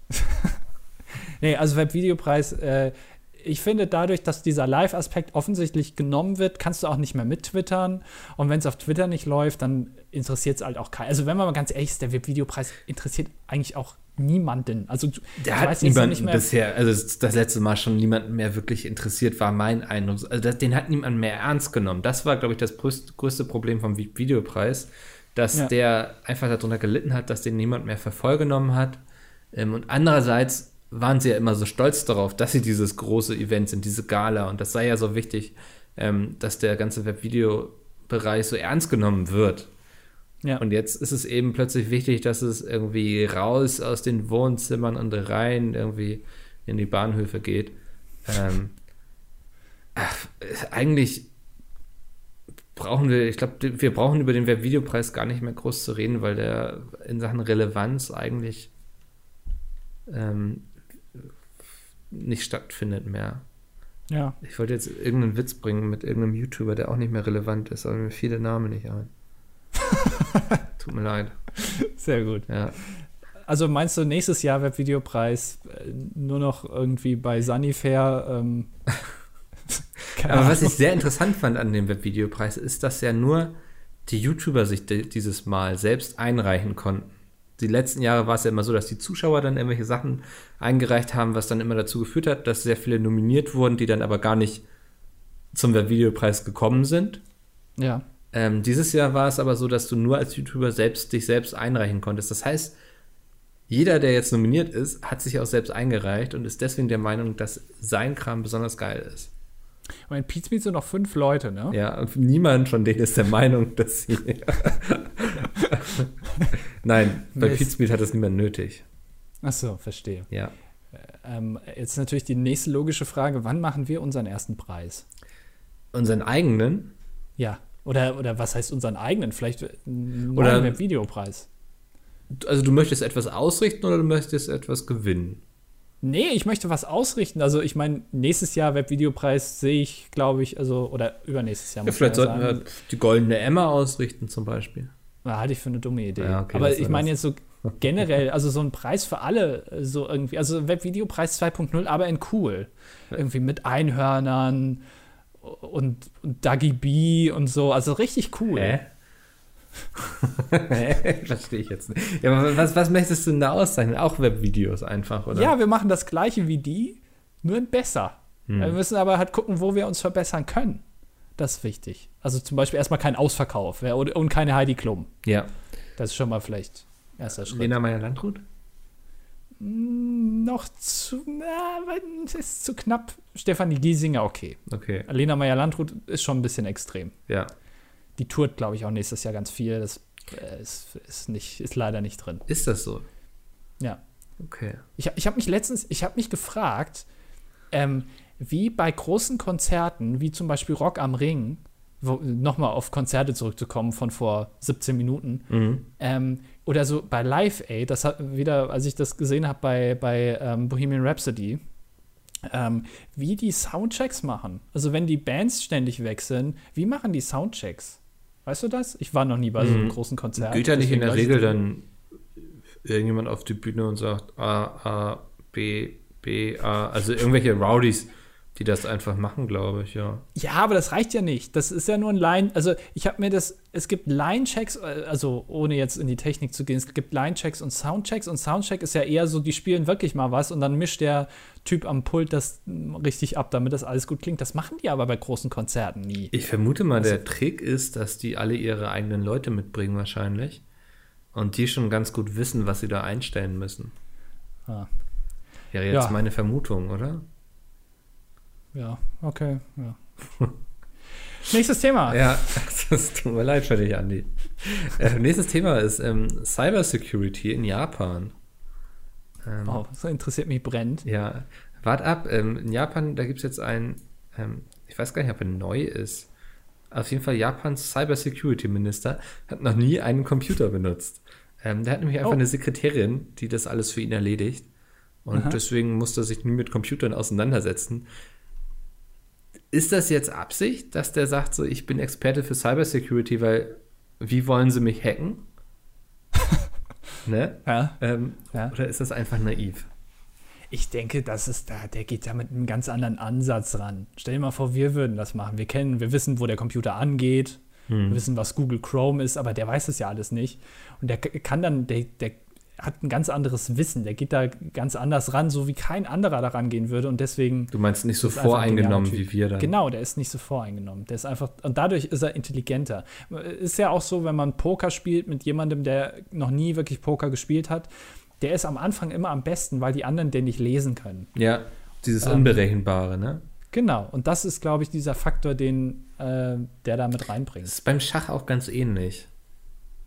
Nee, also Webvideopreis, äh, ich finde dadurch, dass dieser Live-Aspekt offensichtlich genommen wird, kannst du auch nicht mehr mittwittern. Und wenn es auf Twitter nicht läuft, dann interessiert es halt auch keinen. Also wenn man mal ganz ehrlich ist, der Webvideopreis interessiert eigentlich auch niemanden. Also du, Der ich hat weiß jetzt noch niemanden bisher, also das, das letzte Mal schon niemanden mehr wirklich interessiert, war mein Eindruck. Also das, den hat niemand mehr ernst genommen. Das war, glaube ich, das größte, größte Problem vom Vi- Videopreis, dass Ja. der einfach darunter gelitten hat, dass den niemand mehr für voll genommen hat. Ähm, und andererseits waren sie ja immer so stolz darauf, dass sie dieses große Event sind, diese Gala. Und das sei ja so wichtig, ähm, dass der ganze Webvideo-Bereich so ernst genommen wird. Ja. Und jetzt ist es eben plötzlich wichtig, dass es irgendwie raus aus den Wohnzimmern und rein irgendwie in die Bahnhöfe geht. Ähm, ach, eigentlich brauchen wir, ich glaube, wir brauchen über den Webvideopreis gar nicht mehr groß zu reden, weil der in Sachen Relevanz eigentlich ähm, nicht stattfindet mehr. Ja. Ich wollte jetzt irgendeinen Witz bringen mit irgendeinem YouTuber, der auch nicht mehr relevant ist, aber mir fiel der Name nicht ein. Tut mir leid. Sehr gut. Ja. Also meinst du nächstes Jahr Webvideopreis äh, nur noch irgendwie bei Sunnyfair? Ähm, keine Aber was Ahnung. ich sehr interessant fand an dem Webvideopreis ist, dass ja nur die YouTuber sich de- dieses Mal selbst einreichen konnten. Die letzten Jahre war es ja immer so, dass die Zuschauer dann irgendwelche Sachen eingereicht haben, was dann immer dazu geführt hat, dass sehr viele nominiert wurden, die dann aber gar nicht zum Webvideopreis gekommen sind. Ja. Ähm, dieses Jahr war es aber so, dass du nur als YouTuber selbst dich selbst einreichen konntest. Das heißt, jeder, der jetzt nominiert ist, hat sich auch selbst eingereicht und ist deswegen der Meinung, dass sein Kram besonders geil ist. Und in Pete's Meat sind noch fünf Leute, ne? Ja, und niemand von denen ist der Meinung, dass sie. Nein, bei Mist. Pete's Meat hat das niemand nötig. Ach so, verstehe. Ja. Ähm, jetzt natürlich die nächste logische Frage: Wann machen wir unseren ersten Preis? Unseren eigenen. Ja. Oder, oder was heißt unseren eigenen? Vielleicht einen Oder- neuen Webvideopreis. Also du möchtest etwas ausrichten oder du möchtest etwas gewinnen? Nee, ich möchte was ausrichten. Also ich meine, nächstes Jahr Webvideopreis sehe ich, glaube ich, also, oder übernächstes Jahr. Ja, muss vielleicht man sollten sagen. wir die goldene Emma ausrichten zum Beispiel. Na, halte ich für eine dumme Idee. Ja, okay, aber was ich soll meine das? jetzt so generell, also so ein Preis für alle, äh, so irgendwie, also Webvideopreis zwei Punkt null, aber in cool. Irgendwie mit Einhörnern und, und Dagi B und so, also richtig cool. Hä? Hä? Verstehe ich jetzt nicht. Ja, aber was, was möchtest du denn da auszeichnen? Auch Webvideos einfach, oder? Ja, wir machen das gleiche wie die, nur in besser. Hm. Wir müssen aber halt gucken, wo wir uns verbessern können. Das ist wichtig. Also zum Beispiel erstmal kein Ausverkauf ja, und, und keine Heidi Klum. Ja. Das ist schon mal vielleicht erster Schritt. Lena Meyer-Landrut? Mm, Noch zu, na, es ist zu knapp. Stefanie Giesinger, okay. Okay, Lena Meyer-Landrut ist schon ein bisschen extrem. ja. Die tourt, glaube ich, auch nächstes Jahr ganz viel. Das äh, ist, ist, nicht, ist leider nicht drin. Ist das so? Ja. Okay. Ich, ich habe mich letztens, ich habe mich gefragt, ähm, wie bei großen Konzerten, wie zum Beispiel Rock am Ring, nochmal auf Konzerte zurückzukommen von vor siebzehn Minuten, Mhm. ähm, oder so bei Live Aid, das hat wieder, als ich das gesehen habe bei, bei ähm, Bohemian Rhapsody, ähm, wie die Soundchecks machen. Also wenn die Bands ständig wechseln, wie machen die Soundchecks? Weißt du das? Ich war noch nie bei so einem Mhm. großen Konzert. Geht ja nicht in deswegen der weiß ich Regel das dann irgendjemand auf die Bühne und sagt A, A, B, B, A. Also irgendwelche Rowdies, die das einfach machen, glaube ich, ja. Ja, aber das reicht ja nicht. Das ist ja nur ein Line. Also, ich habe mir das. Es gibt Line-Checks, also ohne jetzt in die Technik zu gehen, es gibt Line-Checks und Soundchecks. Und Soundcheck ist ja eher so, die spielen wirklich mal was und dann mischt der Typ am Pult das mm, richtig ab, damit das alles gut klingt. Das machen die aber bei großen Konzerten nie. Ich vermute mal, Also- der Trick ist, dass die alle ihre eigenen Leute mitbringen, wahrscheinlich. Und die schon ganz gut wissen, was sie da einstellen müssen. Ah. Wäre jetzt Ja. meine Vermutung, oder? Ja, okay. Ja. Nächstes Thema. Ja, das tut mir leid für dich, Andi. Äh, nächstes Thema ist ähm, Cybersecurity in Japan. Ähm, Oh, das interessiert mich brennend. Ja, wart ab. Ähm, in Japan, da gibt es jetzt einen, ähm, ich weiß gar nicht, ob er neu ist. Auf jeden Fall Japans Cybersecurity-Minister hat noch nie einen Computer benutzt. Ähm, der hat nämlich einfach Oh. eine Sekretärin, die das alles für ihn erledigt. Und Aha. deswegen musste er sich nie mit Computern auseinandersetzen. Ist das jetzt Absicht, dass der sagt, so, ich bin Experte für Cybersecurity, weil wie wollen sie mich hacken? Ne? Ja. Ähm, Ja. Oder ist das einfach naiv? Ich denke, das ist da, der geht da mit einem ganz anderen Ansatz ran. Stell dir mal vor, wir würden das machen. Wir kennen, wir wissen, wo der Computer angeht, wir wissen, was Google Chrome ist, aber der weiß das ja alles nicht. Und der k- kann dann, der, der hat ein ganz anderes Wissen, der geht da ganz anders ran, so wie kein anderer daran gehen würde. Und deswegen. Du meinst nicht so ist einfach ein voreingenommen genialer Typ. wie wir dann? Genau, der ist nicht so voreingenommen. Der ist einfach, und dadurch ist er intelligenter. Ist ja auch so, wenn man Poker spielt mit jemandem, der noch nie wirklich Poker gespielt hat, der ist am Anfang immer am besten, weil die anderen den nicht lesen können. Ja, dieses Ähm, Unberechenbare, ne? Genau, und das ist, glaube ich, dieser Faktor, den äh, der da mit reinbringt. Das ist beim Schach auch ganz ähnlich.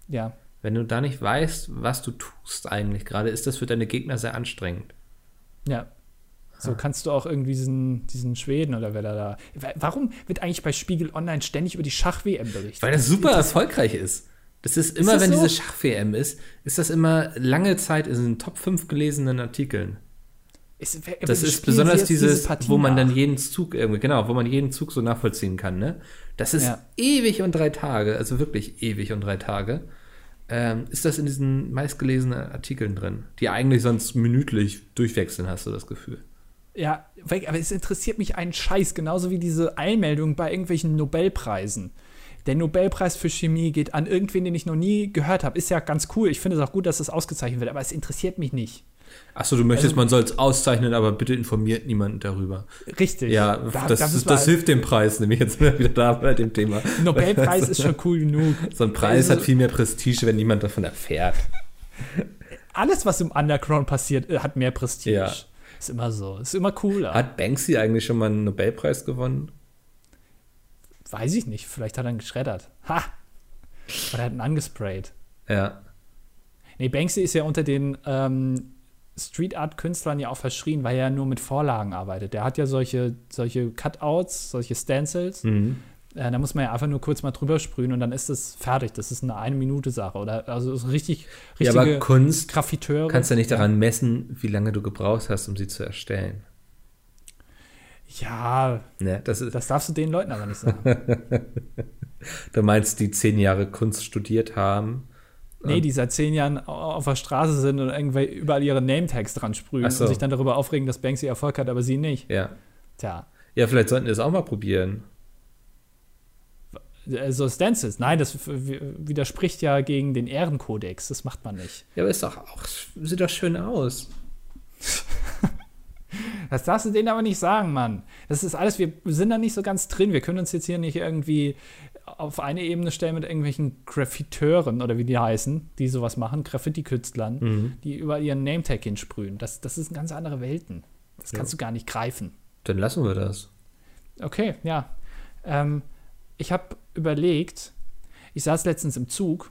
Ja. Wenn du da nicht weißt, was du tust eigentlich gerade, ist das für deine Gegner sehr anstrengend. Ja. So kannst du auch irgendwie diesen, diesen Schweden oder wer da da. Warum wird eigentlich bei Spiegel Online ständig über die Schach-W M berichtet? Weil das super erfolgreich ist. Das ist immer, ist das wenn so? Diese Schach-W M ist, ist das immer lange Zeit in den Top fünf gelesenen Artikeln. Ist, das ist besonders dieses, diese wo man nach. dann jeden Zug irgendwie, genau, wo man jeden Zug so nachvollziehen kann, ne? Das ist ja. ewig und drei Tage, also wirklich ewig und drei Tage. Ähm, ist das in diesen meistgelesenen Artikeln drin, die eigentlich sonst minütlich durchwechseln, hast du das Gefühl. Ja, aber es interessiert mich einen Scheiß, genauso wie diese Einmeldung bei irgendwelchen Nobelpreisen. Der Nobelpreis für Chemie geht an irgendwen, den ich noch nie gehört habe. Ist ja ganz cool. Ich finde es auch gut, dass das ausgezeichnet wird, aber es interessiert mich nicht. Achso, du möchtest, also, man soll es auszeichnen, aber bitte informiert niemanden darüber. Richtig. Ja, da, das, das, das hilft dem Preis, nämlich jetzt wieder da bei dem Thema. Nobelpreis ist schon cool genug. So ein Preis also, hat viel mehr Prestige, wenn niemand davon erfährt. Alles, was im Underground passiert, hat mehr Prestige. Ja. Ist immer so. Ist immer cooler. Hat Banksy eigentlich schon mal einen Nobelpreis gewonnen? Weiß ich nicht. Vielleicht hat er ihn geschreddert. Ha! Oder er hat ihn angesprayt. Ja. Nee, Banksy ist ja unter den ähm, Street-Art-Künstlern ja auch verschrien, weil er ja nur mit Vorlagen arbeitet. Der hat ja solche, solche Cutouts, solche Stencils. Mhm. Äh, da muss man ja einfach nur kurz mal drüber sprühen und dann ist es fertig. Das ist eine Eine-Minute-Sache. Oder also ist richtig, richtige ja, aber Kunst Graffiteure. Kannst du ja nicht daran messen, wie lange du gebraucht hast, um sie zu erstellen. Ja, ne, das, ist, das darfst du den Leuten aber nicht sagen. Du meinst, die zehn Jahre Kunst studiert haben? Nee, die seit zehn Jahren auf der Straße sind und irgendwie überall ihre Name-Tags dran sprühen so. und sich dann darüber aufregen, dass Banksy Erfolg hat, aber sie nicht. Ja. Tja. Ja, vielleicht sollten wir das auch mal probieren. So Stencils. Nein, das widerspricht ja gegen den Ehrenkodex. Das macht man nicht. Ja, aber ist doch auch, sieht doch schön aus. Das darfst du denen aber nicht sagen, Mann. Das ist alles, wir sind da nicht so ganz drin. Wir können uns jetzt hier nicht irgendwie auf eine Ebene stellen mit irgendwelchen Graffiteuren oder wie die heißen, die sowas machen, Graffiti-Künstlern, mhm. die über ihren Nametag hinsprühen. Das, das sind ganz andere Welten. Das kannst ja. du gar nicht greifen. Dann lassen wir das. Okay, ja. Ähm, ich habe überlegt, ich saß letztens im Zug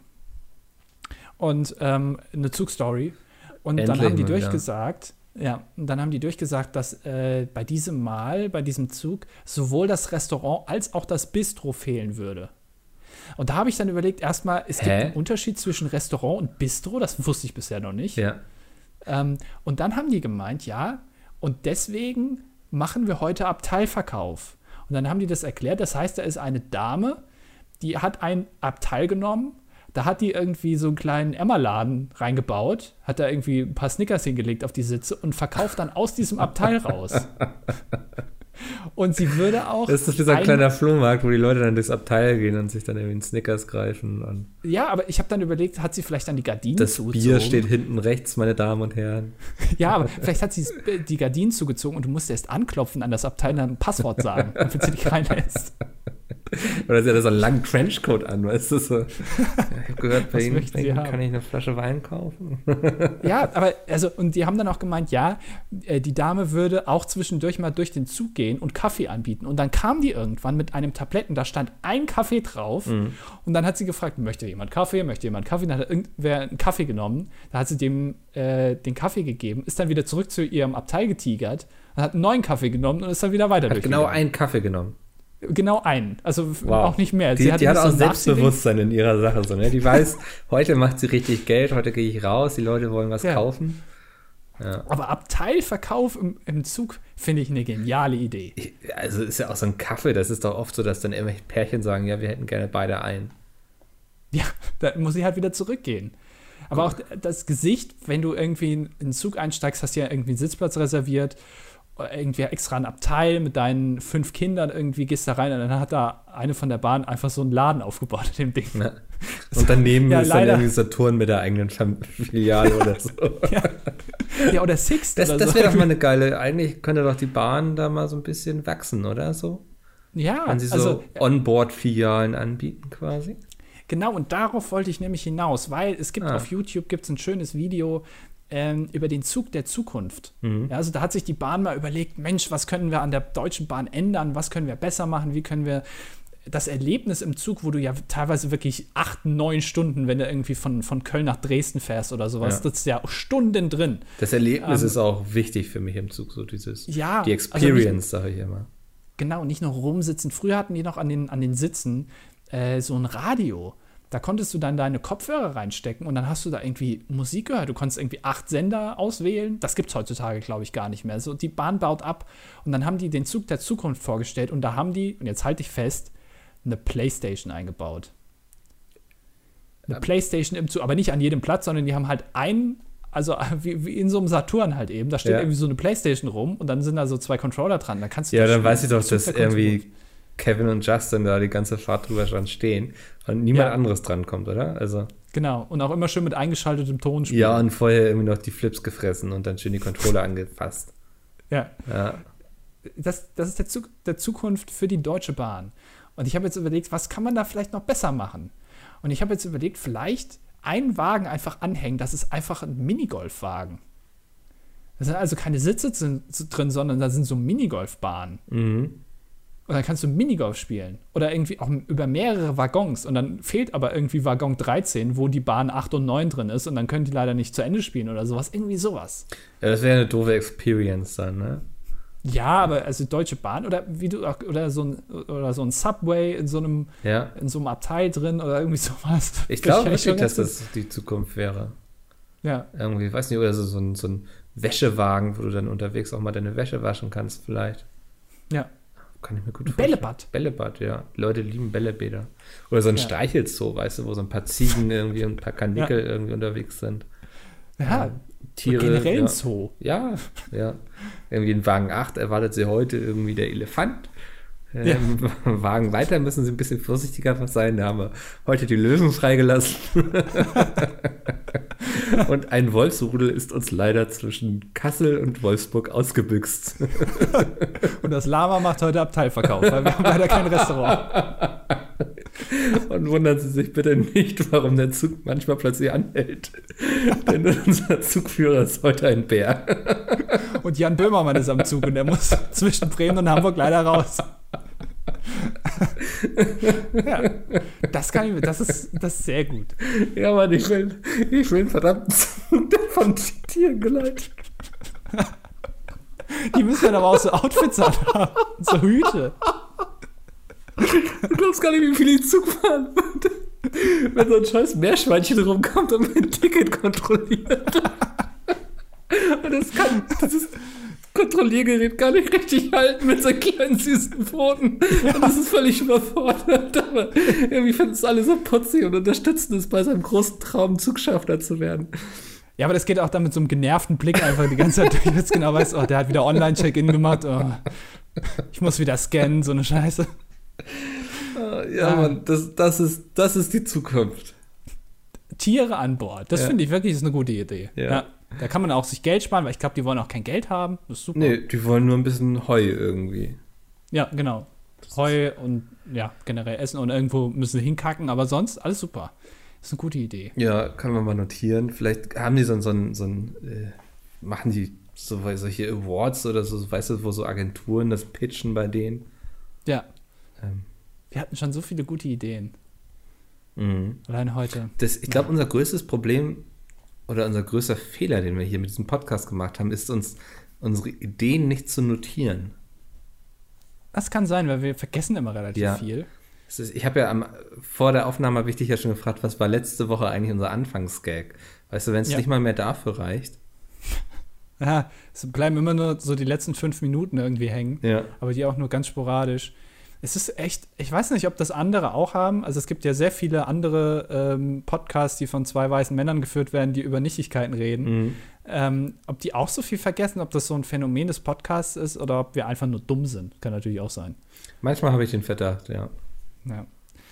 und ähm, eine Zugstory und Endlich dann haben die mal, durchgesagt, ja. ja, und dann haben die durchgesagt, dass äh, bei diesem Mal, bei diesem Zug, sowohl das Restaurant als auch das Bistro fehlen würde. Und da habe ich dann überlegt, erstmal, es Hä? gibt einen Unterschied zwischen Restaurant und Bistro, das wusste ich bisher noch nicht. Ja. Ähm, und dann haben die gemeint, ja, und deswegen machen wir heute Abteilverkauf. Und dann haben die das erklärt, das heißt, da ist eine Dame, die hat ein Abteil genommen, da hat die irgendwie so einen kleinen Emmerladen reingebaut, hat da irgendwie ein paar Snickers hingelegt auf die Sitze und verkauft dann aus diesem Abteil raus. Und sie würde auch. Das ist wie so ein, ein kleiner Flohmarkt, wo die Leute dann durchs Abteil gehen und sich dann irgendwie einen Snickers greifen. Und ja, aber ich habe dann überlegt, hat sie vielleicht dann die Gardinen das zugezogen? Das Bier steht hinten rechts, meine Damen und Herren. Ja, aber vielleicht hat sie die Gardinen zugezogen und du musst erst anklopfen an das Abteil und dann ein Passwort sagen, damit sie dich reinlässt. Oder sie hat so einen langen Trenchcoat an, weißt du so. Ja, ich habe gehört, bei Ihnen kann ich eine Flasche Wein kaufen. Ja, aber, also, und die haben dann auch gemeint, ja, die Dame würde auch zwischendurch mal durch den Zug gehen und Kaffee anbieten. Und dann kam die irgendwann mit einem Tabletten, da stand ein Kaffee drauf. Mhm. Und dann hat sie gefragt, möchte jemand Kaffee, möchte jemand Kaffee? Dann hat irgendwer einen Kaffee genommen, da hat sie dem äh, den Kaffee gegeben, ist dann wieder zurück zu ihrem Abteil getigert, hat einen neuen Kaffee genommen und ist dann wieder weiter hat genau einen Kaffee genommen. Genau einen, also wow. auch nicht mehr. Die, sie hat, die hat auch so Selbstbewusstsein in ihrer Sache. So, ne? Die weiß, heute macht sie richtig Geld, heute gehe ich raus, die Leute wollen was ja. kaufen. Ja. Aber Abteilverkauf im, im Zug finde ich eine geniale Idee. Ich, also ist ja auch so ein Kaffee, das ist doch oft so, dass dann irgendwelche Pärchen sagen, ja, wir hätten gerne beide ein. Ja, da muss sie halt wieder zurückgehen. Aber auch das Gesicht, wenn du irgendwie in den Zug einsteigst, hast du ja irgendwie einen Sitzplatz reserviert, irgendwie extra ein Abteil mit deinen fünf Kindern, irgendwie gehst da rein und dann hat da eine von der Bahn einfach so einen Laden aufgebaut in dem Ding. Ja. Und daneben ja, ist leider. Dann irgendwie Saturn mit der eigenen Filiale oder so. Ja, ja oder Sixt das, oder das so. wäre doch mal eine geile, eigentlich könnte doch die Bahn da mal so ein bisschen wachsen, oder so? Ja. Wenn sie so also, On-Board-Filialen anbieten quasi. Genau, und darauf wollte ich nämlich hinaus, weil es gibt ah. auf YouTube gibt's ein schönes Video ähm, über den Zug der Zukunft. Mhm. Ja, also da hat sich die Bahn mal überlegt, Mensch, was können wir an der Deutschen Bahn ändern, was können wir besser machen, wie können wir das Erlebnis im Zug, wo du ja teilweise wirklich acht, neun Stunden, wenn du irgendwie von, von Köln nach Dresden fährst oder sowas, Ja. das ist ja Stunden drin. Das Erlebnis Ähm, ist auch wichtig für mich im Zug, so dieses, Ja, die also Experience, sage ich immer. Genau, nicht noch rumsitzen. Früher hatten die noch an den, an den Sitzen äh, so ein Radio. Da konntest du dann deine Kopfhörer reinstecken und dann hast du da irgendwie Musik gehört. Du konntest irgendwie acht Sender auswählen. Das gibt es heutzutage, glaube ich, gar nicht mehr. So, die Bahn baut ab und dann haben die den Zug der Zukunft vorgestellt und da haben die, und jetzt halte ich fest, eine Playstation eingebaut. Eine Ja. Playstation im Zug, aber nicht an jedem Platz, sondern die haben halt einen, also wie, wie in so einem Saturn halt eben. Da steht Ja. irgendwie so eine Playstation rum und dann sind da so zwei Controller dran. Da kannst du Ja, das dann spielen. weiß ich doch, Zug dass der irgendwie Zukunft. Kevin und Justin da die ganze Fahrt drüber schon stehen und niemand Ja. anderes drankommt, oder? Also, Genau, und auch immer schön mit eingeschaltetem Ton spielen. ja, und vorher irgendwie noch die Flips gefressen und dann schön die Controller angefasst. Ja. Ja. Das, das ist der Zug der Zukunft für die Deutsche Bahn. Und ich habe jetzt überlegt, was kann man da vielleicht noch besser machen? Und ich habe jetzt überlegt, vielleicht einen Wagen einfach anhängen, das ist einfach ein Minigolfwagen. Da sind also keine Sitze drin, drin, sondern da sind so Minigolfbahnen. Mhm. Und dann kannst du Minigolf spielen. Oder irgendwie auch über mehrere Waggons. Und dann fehlt aber irgendwie Waggon dreizehn, wo die Bahn acht und neun drin ist. Und dann können die leider nicht zu Ende spielen oder sowas. Irgendwie sowas. Ja, das wäre eine doofe Experience dann, ne? Ja, aber also Deutsche Bahn oder wie du auch, oder so ein oder so ein Subway in so einem Ja. in so einem Abteil drin oder irgendwie sowas. Ich glaube Finde schon wirklich, dass ganz das die Zukunft wäre. gut. Ja, Irgendwie, ich weiß nicht, oder so, so, ein, so ein Wäschewagen, wo du dann unterwegs auch mal deine Wäsche waschen kannst, vielleicht. ja. Kann ich mir gut Ein vorstellen. Bällebad. Bällebad, ja. Leute lieben Bällebäder. Oder so ein Ja. Streichelzoo, weißt du, wo so ein paar Ziegen irgendwie und ein paar Kanickel irgendwie unterwegs sind. Ja, Tiere. generell ja. ein Zoo. Ja, ja. Irgendwie in Wagen acht erwartet sie heute irgendwie der Elefant. Ja. Ähm, Wagen weiter müssen sie ein bisschen vorsichtiger sein. Da haben wir heute die Löwen freigelassen. Und ein Wolfsrudel ist uns leider zwischen Kassel und Wolfsburg ausgebüxt. Und das Lama macht heute Abteilverkauf, weil wir haben leider kein Restaurant. Und wundern Sie sich bitte nicht, warum der Zug manchmal plötzlich anhält. Denn unser Zugführer ist heute ein Bär. Und Jan Böhmermann ist am Zug und der muss zwischen Bremen und Hamburg leider raus. Ja, das kann ich, das ist, das ist sehr gut. Ja, Mann, ich will, ich will einen verdammten Zug, der von Tieren geleitet. Die müssen dann aber auch so Outfits anhaben, so Hüte. Du glaubst gar nicht, wie viele die Zug fahren. Wenn so ein scheiß Meerschweinchen rumkommt und mein Ticket kontrolliert. Und das kann dieses Kontrolliergerät gar nicht richtig halten mit seinen kleinen süßen Pfoten. Und das ist völlig überfordert. Aber irgendwie finden es alle so putzig und unterstützen es bei seinem großen Traum, Zugschaffner zu werden. Ja, aber das geht auch dann mit so einem genervten Blick einfach die ganze Zeit durch. Jetzt genau weißt, oh, der hat wieder Online-Check-In gemacht. Oh, ich muss wieder scannen, so eine Scheiße. Ja, Ah. Mann, das, das, ist, das ist die Zukunft. Tiere an Bord. Das Ja. finde ich wirklich ist eine gute Idee. Ja. Da kann man auch sich Geld sparen, weil ich glaube, die wollen auch kein Geld haben. Das ist super. Nee, die wollen nur ein bisschen Heu irgendwie. Ja, genau. Heu und ja, generell Essen und irgendwo müssen sie hinkacken, aber sonst alles super. Das ist eine gute Idee. Ja, kann man mal notieren. Vielleicht haben die so, ein- so ein, so ein äh, machen die so solche Awards oder so, weißt du, wo so Agenturen das pitchen bei denen. Ja, Ähm, wir hatten schon so viele gute Ideen. mhm. Allein heute. das, ich glaube, unser größtes Problem oder unser größter Fehler, den wir hier mit diesem Podcast gemacht haben, ist uns unsere Ideen nicht zu notieren. Das kann sein, weil wir vergessen immer relativ Ja. viel. Es ist, ich habe ja am, vor der Aufnahme habe ich dich ja schon gefragt, was war letzte Woche eigentlich unser Anfangsgag? Weißt du, wenn es Ja. nicht mal mehr dafür reicht. Ja, es bleiben immer nur so die letzten fünf Minuten irgendwie hängen, Ja. aber die auch nur ganz sporadisch. Es ist echt, ich weiß nicht, ob das andere auch haben. Also es gibt ja sehr viele andere ähm, Podcasts, die von zwei weißen Männern geführt werden, die über Nichtigkeiten reden. Mhm. Ähm, ob die auch so viel vergessen, ob das so ein Phänomen des Podcasts ist oder ob wir einfach nur dumm sind. Kann natürlich auch sein. Manchmal habe ich den Verdacht, ja. Ja.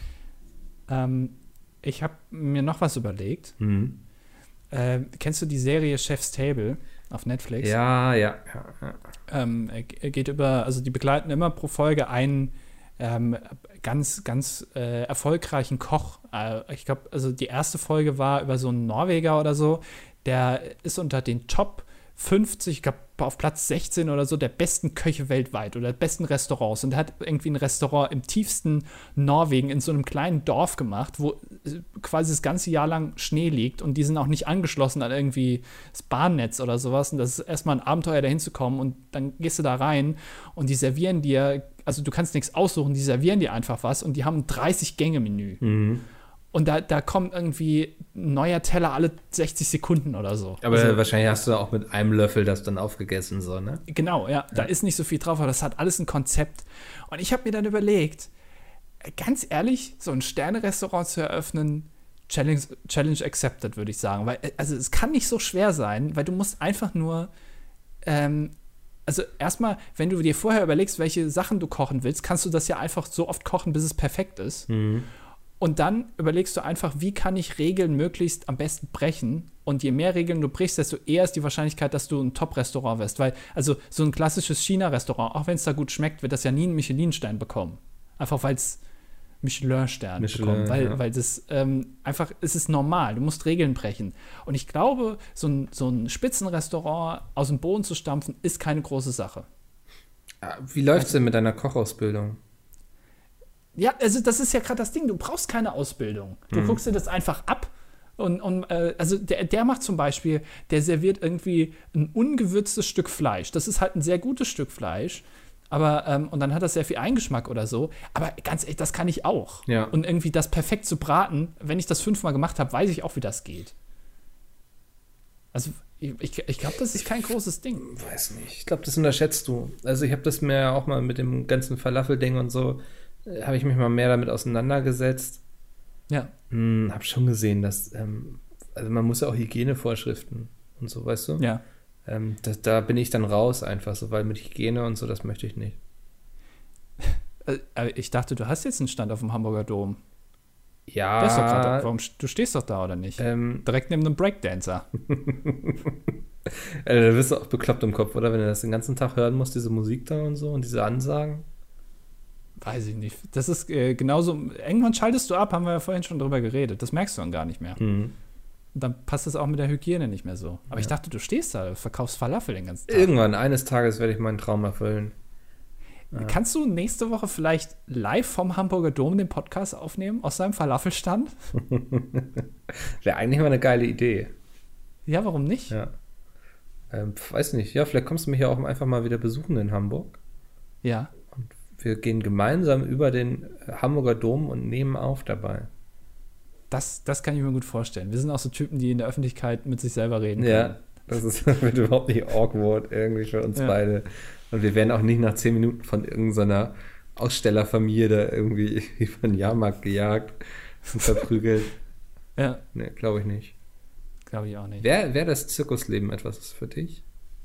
Ähm, ich habe mir noch was überlegt. Mhm. Äh, kennst du die Serie Chef's Table auf Netflix? Ja, ja, ja, ja. Ähm, er er geht über, also die begleiten immer pro Folge einen ähm, ganz, ganz äh, erfolgreichen Koch. Äh, ich glaube, also die erste Folge war über so einen Norweger oder so. Der ist unter den Top fünfzig, ich glaube auf Platz sechzehn oder so, der besten Köche weltweit oder der besten Restaurants. Und er hat irgendwie ein Restaurant im tiefsten Norwegen in so einem kleinen Dorf gemacht, wo quasi das ganze Jahr lang Schnee liegt und die sind auch nicht angeschlossen an irgendwie das Bahnnetz oder sowas. Und das ist erstmal ein Abenteuer, da hinzukommen. Und dann gehst du da rein und die servieren dir, also du kannst nichts aussuchen, die servieren dir einfach was und die haben ein dreißig-Gänge-Menü. Mhm. Und da, da kommt irgendwie ein neuer Teller alle sechzig Sekunden oder so. Aber also, wahrscheinlich hast du auch mit einem Löffel das dann aufgegessen, so, ne? Genau, ja, ja. Da ist nicht so viel drauf, aber das hat alles ein Konzept. Und ich habe mir dann überlegt, ganz ehrlich, so ein Sterne-Restaurant zu eröffnen, Challenge, Challenge accepted, würde ich sagen. Weil, also es kann nicht so schwer sein, weil du musst einfach nur ähm, also erstmal, wenn du dir vorher überlegst, welche Sachen du kochen willst, kannst du das ja einfach so oft kochen, bis es perfekt ist. Mhm. Und dann überlegst du einfach, wie kann ich Regeln möglichst am besten brechen? Und je mehr Regeln du brichst, desto eher ist die Wahrscheinlichkeit, dass du ein Top-Restaurant wirst. Weil, also so ein klassisches China-Restaurant, auch wenn es da gut schmeckt, wird das ja nie einen Michelin-Stern bekommen. Einfach weil es Michelin-Stern Michelin, bekommt. Weil, ja. weil das ähm, einfach, es ist normal, du musst Regeln brechen. Und ich glaube, so ein, so ein Spitzenrestaurant aus dem Boden zu stampfen, ist keine große Sache. Wie läuft es denn mit deiner Kochausbildung? Ja, also das ist ja gerade das Ding, du brauchst keine Ausbildung. Du mhm. guckst dir das einfach ab und, und äh, also der, der macht zum Beispiel, der serviert irgendwie ein ungewürztes Stück Fleisch. Das ist halt ein sehr gutes Stück Fleisch, aber ähm, und dann hat das sehr viel Eingeschmack oder so. Aber ganz ehrlich, das kann ich auch. Ja. Und irgendwie das perfekt zu braten, wenn ich das fünfmal gemacht habe, weiß ich auch, wie das geht. Also ich, ich glaube, das ist kein großes Ding. Weiß nicht. Ich glaube, das unterschätzt du. Also ich habe das mir auch mal mit dem ganzen Falafel-Ding und so habe ich mich mal mehr damit auseinandergesetzt. Ja. Hm, habe schon gesehen, dass, ähm, also man muss ja auch Hygienevorschriften und so, weißt du? Ja. Ähm, da, da bin ich dann raus einfach so, weil mit Hygiene und so, das möchte ich nicht. Aber ich dachte, du hast jetzt einen Stand auf dem Hamburger Dom. Ja. Der ist doch grad, warum, du stehst doch da, oder nicht? Ähm, Direkt neben einem Breakdancer. also, da wirst du auch bekloppt im Kopf, oder? Wenn du das den ganzen Tag hören musst, diese Musik da und so und diese Ansagen. Weiß ich nicht. Das ist äh, genauso. Irgendwann schaltest du ab, haben wir ja vorhin schon drüber geredet. Das merkst du dann gar nicht mehr. Mhm. Und dann passt es auch mit der Hygiene nicht mehr so. Aber ja. ich dachte, du stehst da, verkaufst Falafel den ganzen Tag. Irgendwann, eines Tages werde ich meinen Traum erfüllen. Ja. Kannst du nächste Woche vielleicht live vom Hamburger Dom den Podcast aufnehmen, aus seinem Falafelstand? Wäre eigentlich mal eine geile Idee. Ja, warum nicht? Ja. Ähm, weiß nicht. Ja, vielleicht kommst du mich ja auch einfach mal wieder besuchen in Hamburg. Ja. Wir gehen gemeinsam über den Hamburger Dom und nehmen auf dabei. Das, das kann ich mir gut vorstellen. Wir sind auch so Typen, die in der Öffentlichkeit mit sich selber reden können. Ja, das ist, wird überhaupt nicht awkward irgendwie für uns ja. beide. Und wir werden auch nicht nach zehn Minuten von irgendeiner Ausstellerfamilie da irgendwie über den Jahrmarkt gejagt und verprügelt. Ja. Nee, glaube ich nicht. Glaube ich auch nicht. Wäre wär das Zirkusleben etwas für dich?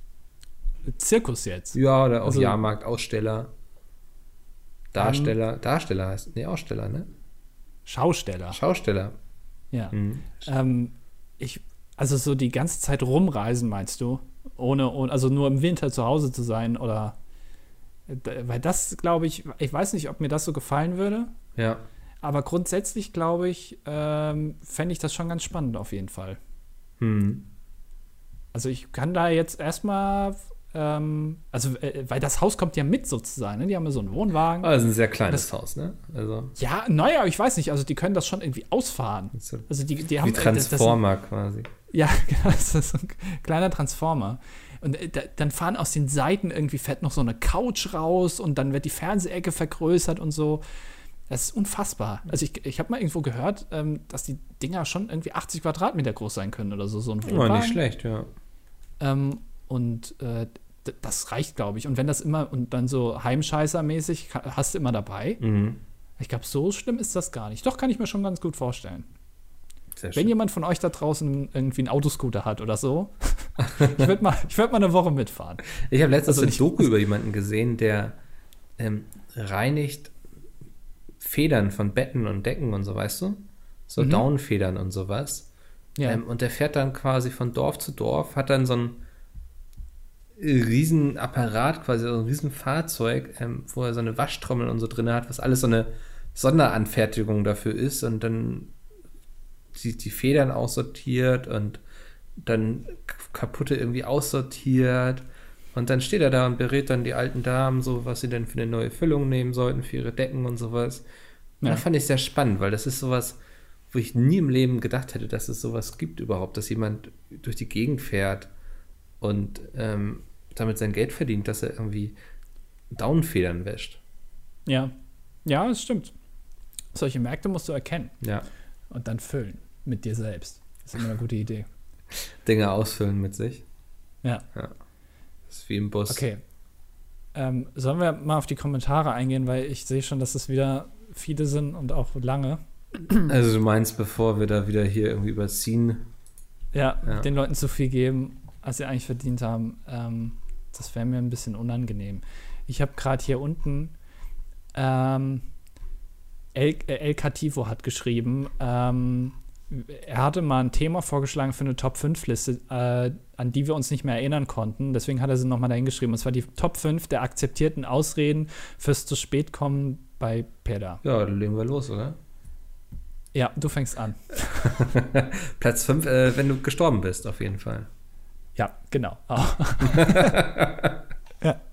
Zirkus jetzt? Ja, oder auch also, Jahrmarkt, Aussteller. Darsteller, um, Darsteller heißt, nee, Aussteller, ne? Schausteller. Schausteller. Ja. Mhm. Ähm, ich, also so die ganze Zeit rumreisen, meinst du? Ohne, ohne, also nur im Winter zu Hause zu sein oder, weil das, glaube ich, ich weiß nicht, ob mir das so gefallen würde. Ja. Aber grundsätzlich, glaube ich, ähm, fände ich das schon ganz spannend auf jeden Fall. Mhm. Also ich kann da jetzt erstmal Ähm, also, äh, weil das Haus kommt ja mit sozusagen, ne? Die haben ja so einen Wohnwagen. Also ein sehr kleines das, Haus, ne? Also ja, naja, ich weiß nicht, also die können das schon irgendwie ausfahren. So also die, die wie haben Transformer das, das, quasi. Ja, genau, das ist so ein kleiner Transformer. Und äh, da, dann fahren aus den Seiten irgendwie fährt noch so eine Couch raus und dann wird die Fernsehecke vergrößert und so. Das ist unfassbar. Also ich, ich habe mal irgendwo gehört, ähm, dass die Dinger schon irgendwie achtzig Quadratmeter groß sein können oder so, so ein Wohnwagen. Ja, nicht schlecht, ja. Ähm, und äh, das reicht, glaube ich. Und wenn das immer, und dann so Heimscheißer-mäßig hast du immer dabei. Mhm. Ich glaube, so schlimm ist das gar nicht. Doch, kann ich mir schon ganz gut vorstellen. Sehr schön. Wenn jemand von euch da draußen irgendwie einen Autoscooter hat oder so, ich würde mal, ich würd mal eine Woche mitfahren. Ich habe letztens also eine Doku über jemanden gesehen, der ähm, reinigt Federn von Betten und Decken und so, weißt du? So mhm. Downfedern und sowas. Ja. Ähm, und der fährt dann quasi von Dorf zu Dorf, hat dann so ein riesen Apparat, quasi so ein riesen Fahrzeug, ähm, wo er so eine Waschtrommel und so drin hat, was alles so eine Sonderanfertigung dafür ist und dann die, die Federn aussortiert und dann kaputte irgendwie aussortiert. Und dann steht er da und berät dann die alten Damen, so was sie denn für eine neue Füllung nehmen sollten, für ihre Decken und sowas. Und Ja. das fand ich sehr spannend, weil das ist sowas, wo ich nie im Leben gedacht hätte, dass es sowas gibt überhaupt, dass jemand durch die Gegend fährt und ähm, damit sein Geld verdient, dass er irgendwie Daunenfedern wäscht. Ja. Ja, das stimmt. Solche Märkte musst du erkennen Ja. und dann füllen mit dir selbst. Das ist immer eine gute Idee. Dinge ausfüllen mit sich. Ja. Das ist wie im Bus. Okay. Ähm, sollen wir mal auf die Kommentare eingehen, weil ich sehe schon, dass es wieder viele sind und auch lange. Also du meinst, bevor wir da wieder hier irgendwie überziehen? Ja, Ja. den Leuten zu viel geben, als sie eigentlich verdient haben. Ähm, das wäre mir ein bisschen unangenehm. Ich habe gerade hier unten ähm, El, äh, El Cativo hat geschrieben, ähm, er hatte mal ein Thema vorgeschlagen für eine Top fünf Liste, äh, an die wir uns nicht mehr erinnern konnten. Deswegen hat er sie nochmal dahin geschrieben. Und zwar die Top fünf der akzeptierten Ausreden fürs zu spät kommen bei Peda. Ja, dann legen wir los, oder? Ja, du fängst an. Platz fünf, äh, wenn du gestorben bist, auf jeden Fall. Ja, genau. Oh. ja.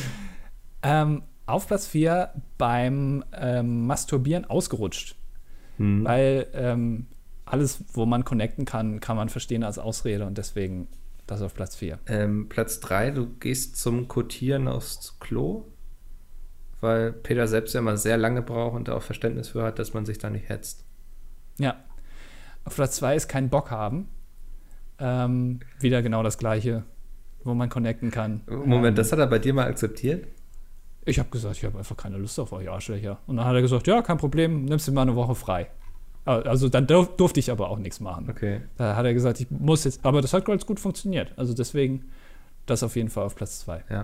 ähm, auf Platz vier beim ähm, Masturbieren ausgerutscht. Hm. Weil ähm, alles, wo man connecten kann, kann man verstehen als Ausrede und deswegen das auf Platz vier. Ähm, Platz drei, du gehst zum Kotieren aufs Klo, weil Peter selbst ja immer sehr lange braucht und da auch Verständnis für hat, dass man sich da nicht hetzt. Ja. Auf Platz zwei ist keinen Bock haben. Ähm, wieder genau das Gleiche, wo man connecten kann. Moment, ähm, das hat er bei dir mal akzeptiert? Ich habe gesagt, ich habe einfach keine Lust auf euch Arschlöcher. Und dann hat er gesagt, ja, kein Problem, nimmst du mal eine Woche frei. Also dann durf, durfte ich aber auch nichts machen. Okay. Da hat er gesagt, ich muss jetzt, aber das hat ganz gut funktioniert. Also deswegen, das auf jeden Fall auf Platz zwei. Ja.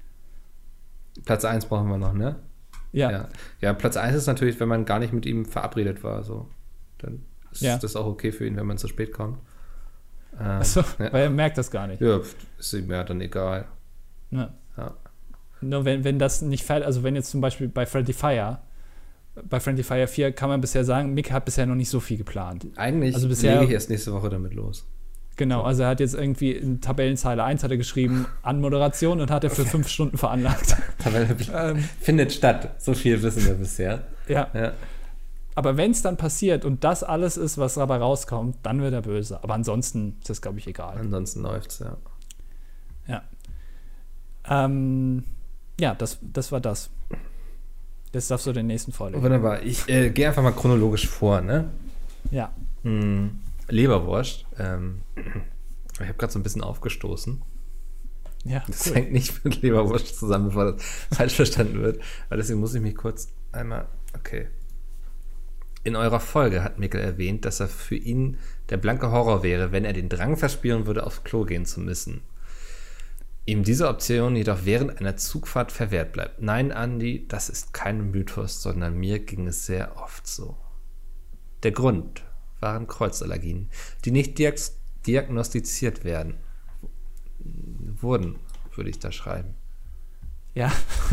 Platz eins brauchen wir noch, ne? Ja. Ja, ja Platz eins ist natürlich, wenn man gar nicht mit ihm verabredet war. So. Dann ist Ja. das auch okay für ihn, wenn man zu spät kommt. Ähm, Achso, ja. weil er merkt das gar nicht. Ja, ist ihm ja dann egal. Ja. Ja. Nur wenn, wenn das nicht fällt, also wenn jetzt zum Beispiel bei Friendly Fire, bei Friendly Fire vier kann man bisher sagen, Mick hat bisher noch nicht so viel geplant. Eigentlich Also bisher- lege ich erst nächste Woche damit los. Genau, also er hat jetzt irgendwie in Tabellenzeile eins hat er geschrieben, Anmoderation und hat er für fünf Stunden veranlagt. Tabelle ähm, findet statt. So viel wissen wir bisher. ja, Ja. aber wenn es dann passiert und das alles ist, was dabei rauskommt, dann wird er böse. Aber ansonsten ist das, glaube ich, egal. Ansonsten läuft's, ja. Ja, ähm, ja das, das war das. Jetzt darfst du den nächsten vorlegen. Wunderbar. Ich äh, gehe einfach mal chronologisch vor, ne? Ja, Hm, Leberwurst. Ähm, ich habe gerade so ein bisschen aufgestoßen. ja, Das cool. hängt nicht mit Leberwurst zusammen, bevor das falsch verstanden wird. Weil deswegen muss ich mich kurz einmal. Okay. In eurer Folge hat Mikkel erwähnt, dass er für ihn der blanke Horror wäre, wenn er den Drang verspüren würde, aufs Klo gehen zu müssen. Ihm diese Option jedoch während einer Zugfahrt verwehrt bleibt. Nein, Andi, das ist kein Mythos, sondern mir ging es sehr oft so. Der Grund waren Kreuzallergien, die nicht diag- diagnostiziert werden. Wurden, würde ich da schreiben. Ja.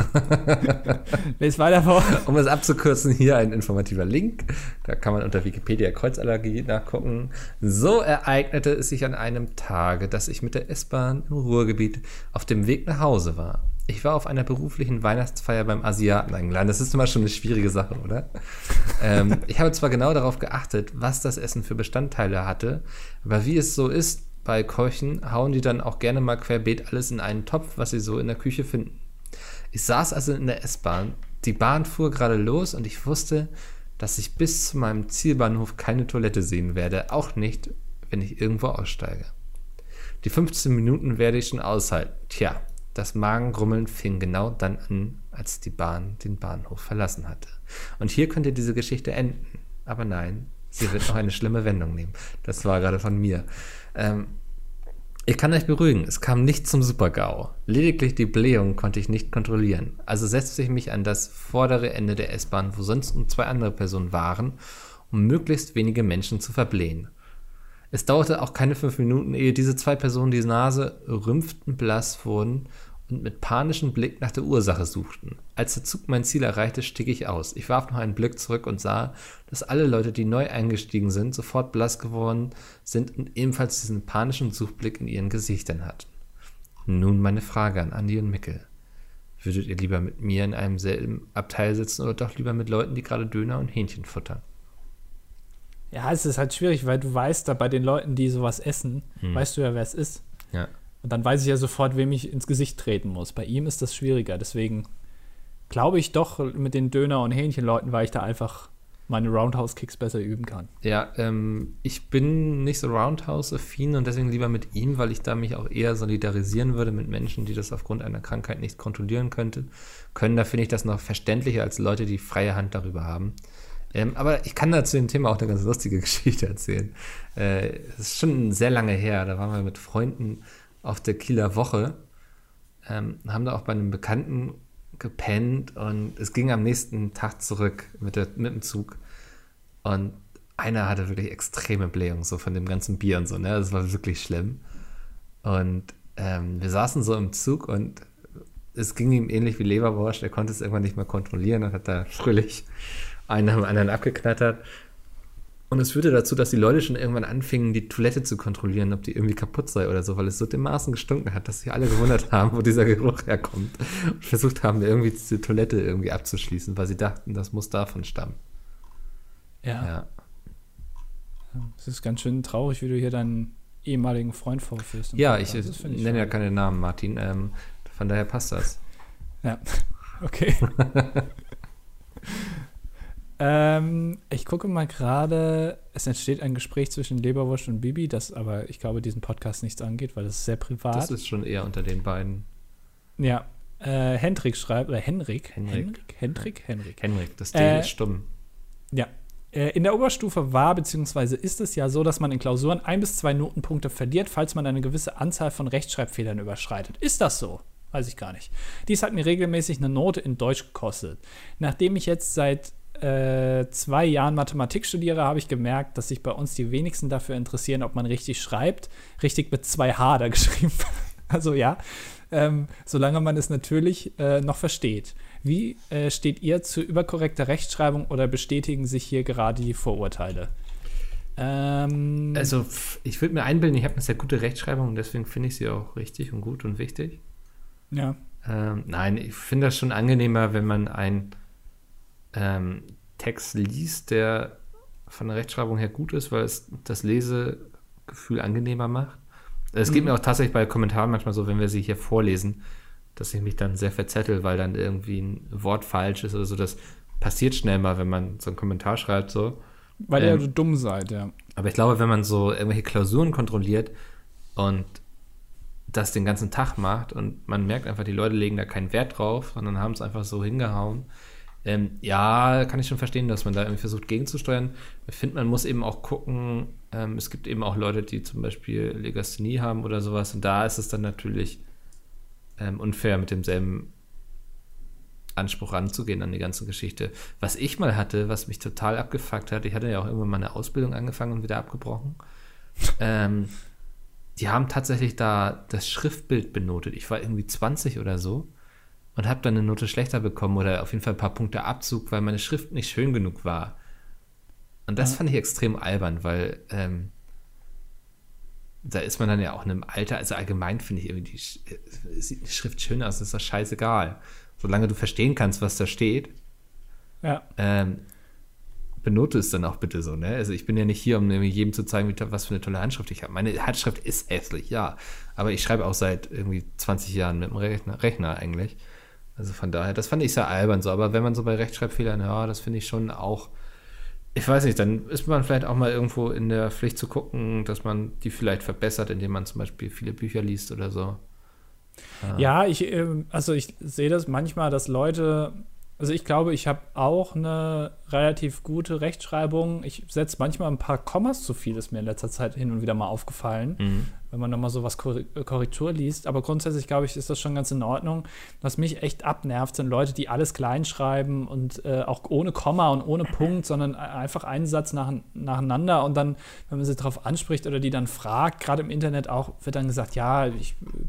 Lies weiter vor. Um es abzukürzen, hier ein informativer Link. Da kann man unter Wikipedia Kreuzallergie nachgucken. So ereignete es sich an einem Tage, dass ich mit der S-Bahn im Ruhrgebiet auf dem Weg nach Hause war. Ich war auf einer beruflichen Weihnachtsfeier beim Asiaten eingeladen. Das ist immer schon eine schwierige Sache, oder? ähm, ich habe zwar genau darauf geachtet, was das Essen für Bestandteile hatte, aber wie es so ist bei Köchen, hauen die dann auch gerne mal querbeet alles in einen Topf, was sie so in der Küche finden. Ich saß also in der S-Bahn, die Bahn fuhr gerade los und ich wusste, dass ich bis zu meinem Zielbahnhof keine Toilette sehen werde, auch nicht, wenn ich irgendwo aussteige. Die fünfzehn Minuten werde ich schon aushalten. Tja, das Magengrummeln fing genau dann an, als die Bahn den Bahnhof verlassen hatte. Und hier könnte diese Geschichte enden. Aber nein, sie wird noch eine schlimme Wendung nehmen. Das war gerade von mir. Ähm, Ich kann euch beruhigen, es kam nicht zum Super-GAU. Lediglich die Blähung konnte ich nicht kontrollieren. Also setzte ich mich an das vordere Ende der S-Bahn, wo sonst nur zwei andere Personen waren, um möglichst wenige Menschen zu verblähen. Es dauerte auch keine fünf Minuten, ehe diese zwei Personen die Nase rümpften blass wurden und und mit panischem Blick nach der Ursache suchten. Als der Zug mein Ziel erreichte, stieg ich aus. Ich warf noch einen Blick zurück und sah, dass alle Leute, die neu eingestiegen sind, sofort blass geworden sind und ebenfalls diesen panischen Suchblick in ihren Gesichtern hatten. Nun meine Frage an Andi und Mikkel. Würdet ihr lieber mit mir in einem selben Abteil sitzen oder doch lieber mit Leuten, die gerade Döner und Hähnchen futtern? Ja, es ist halt schwierig, weil du weißt, da bei den Leuten, die sowas essen, hm. weißt du ja, wer es ist. Ja. Und dann weiß ich ja sofort, wem ich ins Gesicht treten muss. Bei ihm ist das schwieriger. Deswegen glaube ich doch mit den Döner- und Hähnchenleuten, weil ich da einfach meine Roundhouse-Kicks besser üben kann. Ja, ähm, ich bin nicht so Roundhouse-affin und deswegen lieber mit ihm, weil ich da mich auch eher solidarisieren würde mit Menschen, die das aufgrund einer Krankheit nicht kontrollieren könnte, können. Da finde ich das noch verständlicher als Leute, die freie Hand darüber haben. Ähm, aber ich kann da zu dem Thema auch eine ganz lustige Geschichte erzählen. Äh, es ist schon sehr lange her, da waren wir mit Freunden auf der Kieler Woche, ähm, haben da auch bei einem Bekannten gepennt und es ging am nächsten Tag zurück mit, der, mit dem Zug und einer hatte wirklich extreme Blähung, so von dem ganzen Bier und so, ne, das war wirklich schlimm und ähm, wir saßen so im Zug und es ging ihm ähnlich wie Leberwurst, er konnte es irgendwann nicht mehr kontrollieren und hat da fröhlich einen nach dem anderen abgeknattert. Und es führte dazu, dass die Leute schon irgendwann anfingen, die Toilette zu kontrollieren, ob die irgendwie kaputt sei oder so, weil es so dermaßen gestunken hat, dass sich alle gewundert haben, wo dieser Geruch herkommt. Und versucht haben, irgendwie diese Toilette irgendwie abzuschließen, weil sie dachten, das muss davon stammen. Ja. ja. Es ist ganz schön traurig, wie du hier deinen ehemaligen Freund vorführst. Ja, ich, ich nenne ja keine Namen, Martin. Ähm, von daher passt das. Ja, okay. Ähm, ich gucke mal gerade, es entsteht ein Gespräch zwischen Leberwurst und Bibi, das aber, ich glaube, diesen Podcast nichts angeht, weil das ist sehr privat. Das ist schon eher unter den beiden. Ja, äh, Hendrik schreibt, oder Henrik? Henrik. Hendrik? Henrik. Henrik, das D äh, ist stumm. Ja. Äh, in der Oberstufe war, beziehungsweise ist es ja so, dass man in Klausuren ein bis zwei Notenpunkte verliert, falls man eine gewisse Anzahl von Rechtschreibfehlern überschreitet. Ist das so? Weiß ich gar nicht. Dies hat mir regelmäßig eine Note in Deutsch gekostet. Nachdem ich jetzt seit Äh, zwei Jahren Mathematik studiere, habe ich gemerkt, dass sich bei uns die wenigsten dafür interessieren, ob man richtig schreibt. Richtig mit zwei H da geschrieben. Also ja, ähm, solange man es natürlich äh, noch versteht. Wie äh, steht ihr zu überkorrekter Rechtschreibung oder bestätigen sich hier gerade die Vorurteile? Ähm, also ich würde mir einbilden, ich habe eine sehr gute Rechtschreibung und deswegen finde ich sie auch richtig und gut und wichtig. Ja. Ähm, nein, ich finde das schon angenehmer, wenn man ein Ähm, Text liest, der von der Rechtschreibung her gut ist, weil es das Lesegefühl angenehmer macht. Es geht mhm. mir auch tatsächlich bei Kommentaren manchmal so, wenn wir sie hier vorlesen, dass ich mich dann sehr verzettel, weil dann irgendwie ein Wort falsch ist oder so. Das passiert schnell mal, wenn man so einen Kommentar schreibt. So. Weil ähm, ihr so dumm seid, ja. Aber ich glaube, wenn man so irgendwelche Klausuren kontrolliert und das den ganzen Tag macht und man merkt einfach, die Leute legen da keinen Wert drauf, sondern haben es einfach so hingehauen, Ähm, ja, kann ich schon verstehen, dass man da irgendwie versucht gegenzusteuern. Ich finde, man muss eben auch gucken, ähm, es gibt eben auch Leute, die zum Beispiel Legasthenie haben oder sowas und da ist es dann natürlich ähm, unfair, mit demselben Anspruch ranzugehen an die ganze Geschichte. Was ich mal hatte, was mich total abgefuckt hat, ich hatte ja auch irgendwann mal eine Ausbildung angefangen und wieder abgebrochen, ähm, die haben tatsächlich da das Schriftbild benotet. Ich war irgendwie zwanzig oder so. Und habe dann eine Note schlechter bekommen oder auf jeden Fall ein paar Punkte Abzug, weil meine Schrift nicht schön genug war. Und das ja. fand ich extrem albern, weil ähm, da ist man dann ja auch in einem Alter, also allgemein finde ich irgendwie, die, sieht die Schrift schön aus, das ist doch scheißegal. Solange du verstehen kannst, was da steht, ja. ähm, benote es dann auch bitte so, ne? Also ich bin ja nicht hier, um jedem zu zeigen, wie, was für eine tolle Handschrift ich habe. Meine Handschrift ist hässlich, ja. Aber ich schreibe auch seit irgendwie zwanzig Jahren mit dem Rechner, Rechner eigentlich. Also von daher, das fand ich sehr albern so. Aber wenn man so bei Rechtschreibfehlern, ja, das finde ich schon auch, ich weiß nicht, dann ist man vielleicht auch mal irgendwo in der Pflicht zu gucken, dass man die vielleicht verbessert, indem man zum Beispiel viele Bücher liest oder so. Ja, ja ich, also ich sehe das manchmal, dass Leute, also ich glaube, ich habe auch eine relativ gute Rechtschreibung. Ich setze manchmal ein paar Kommas zu viel, ist mir in letzter Zeit hin und wieder mal aufgefallen, mhm. wenn man nochmal so was Korrektur liest. Aber grundsätzlich, glaube ich, ist das schon ganz in Ordnung. Was mich echt abnervt, sind Leute, die alles klein schreiben und äh, auch ohne Komma und ohne Punkt, sondern einfach einen Satz nach, nacheinander. Und dann, wenn man sie darauf anspricht oder die dann fragt, gerade im Internet auch, wird dann gesagt, ja, ich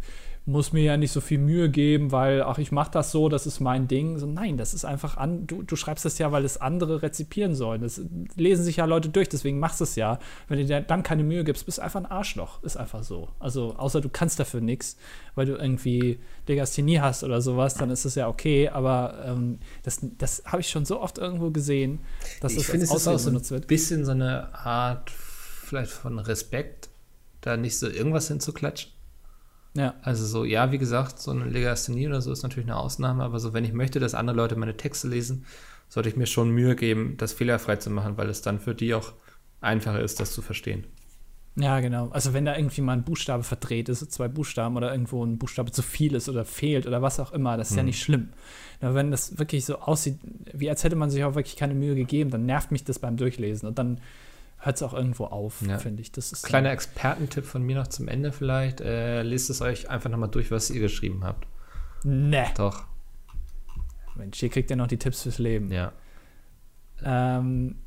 muss mir ja nicht so viel Mühe geben, weil, ach, ich mache das so, das ist mein Ding. So, nein, das ist einfach an, du, du schreibst das ja, weil es andere rezipieren sollen. Das lesen sich ja Leute durch, deswegen machst du es ja. Wenn du dir dann keine Mühe gibst, bist du einfach ein Arschloch. Ist einfach so. Also, außer du kannst dafür nichts, weil du irgendwie Legasthenie hast oder sowas, dann ist es ja okay. Aber ähm, das, das habe ich schon so oft irgendwo gesehen, dass ich das finde, als es ist auch Ausrede so benutzt ein wird. bisschen so eine Art vielleicht von Respekt, da nicht so irgendwas hinzuklatschen. Ja. Also so, ja, wie gesagt, so eine Legasthenie oder so ist natürlich eine Ausnahme, aber so, wenn ich möchte, dass andere Leute meine Texte lesen, sollte ich mir schon Mühe geben, das fehlerfrei zu machen, weil es dann für die auch einfacher ist, das zu verstehen. Ja, genau. Also wenn da irgendwie mal ein Buchstabe verdreht ist, zwei Buchstaben oder irgendwo ein Buchstabe zu viel ist oder fehlt oder was auch immer, das ist hm. ja nicht schlimm. Aber wenn das wirklich so aussieht, wie als hätte man sich auch wirklich keine Mühe gegeben, dann nervt mich das beim Durchlesen und dann hört es auch irgendwo auf, ja. finde ich. Das ist Kleiner Expertentipp von mir noch zum Ende vielleicht. Äh, lest es euch einfach nochmal durch, was ihr geschrieben habt. Ne. Doch. Mensch, hier kriegt ihr noch die Tipps fürs Leben. Ja. Ähm.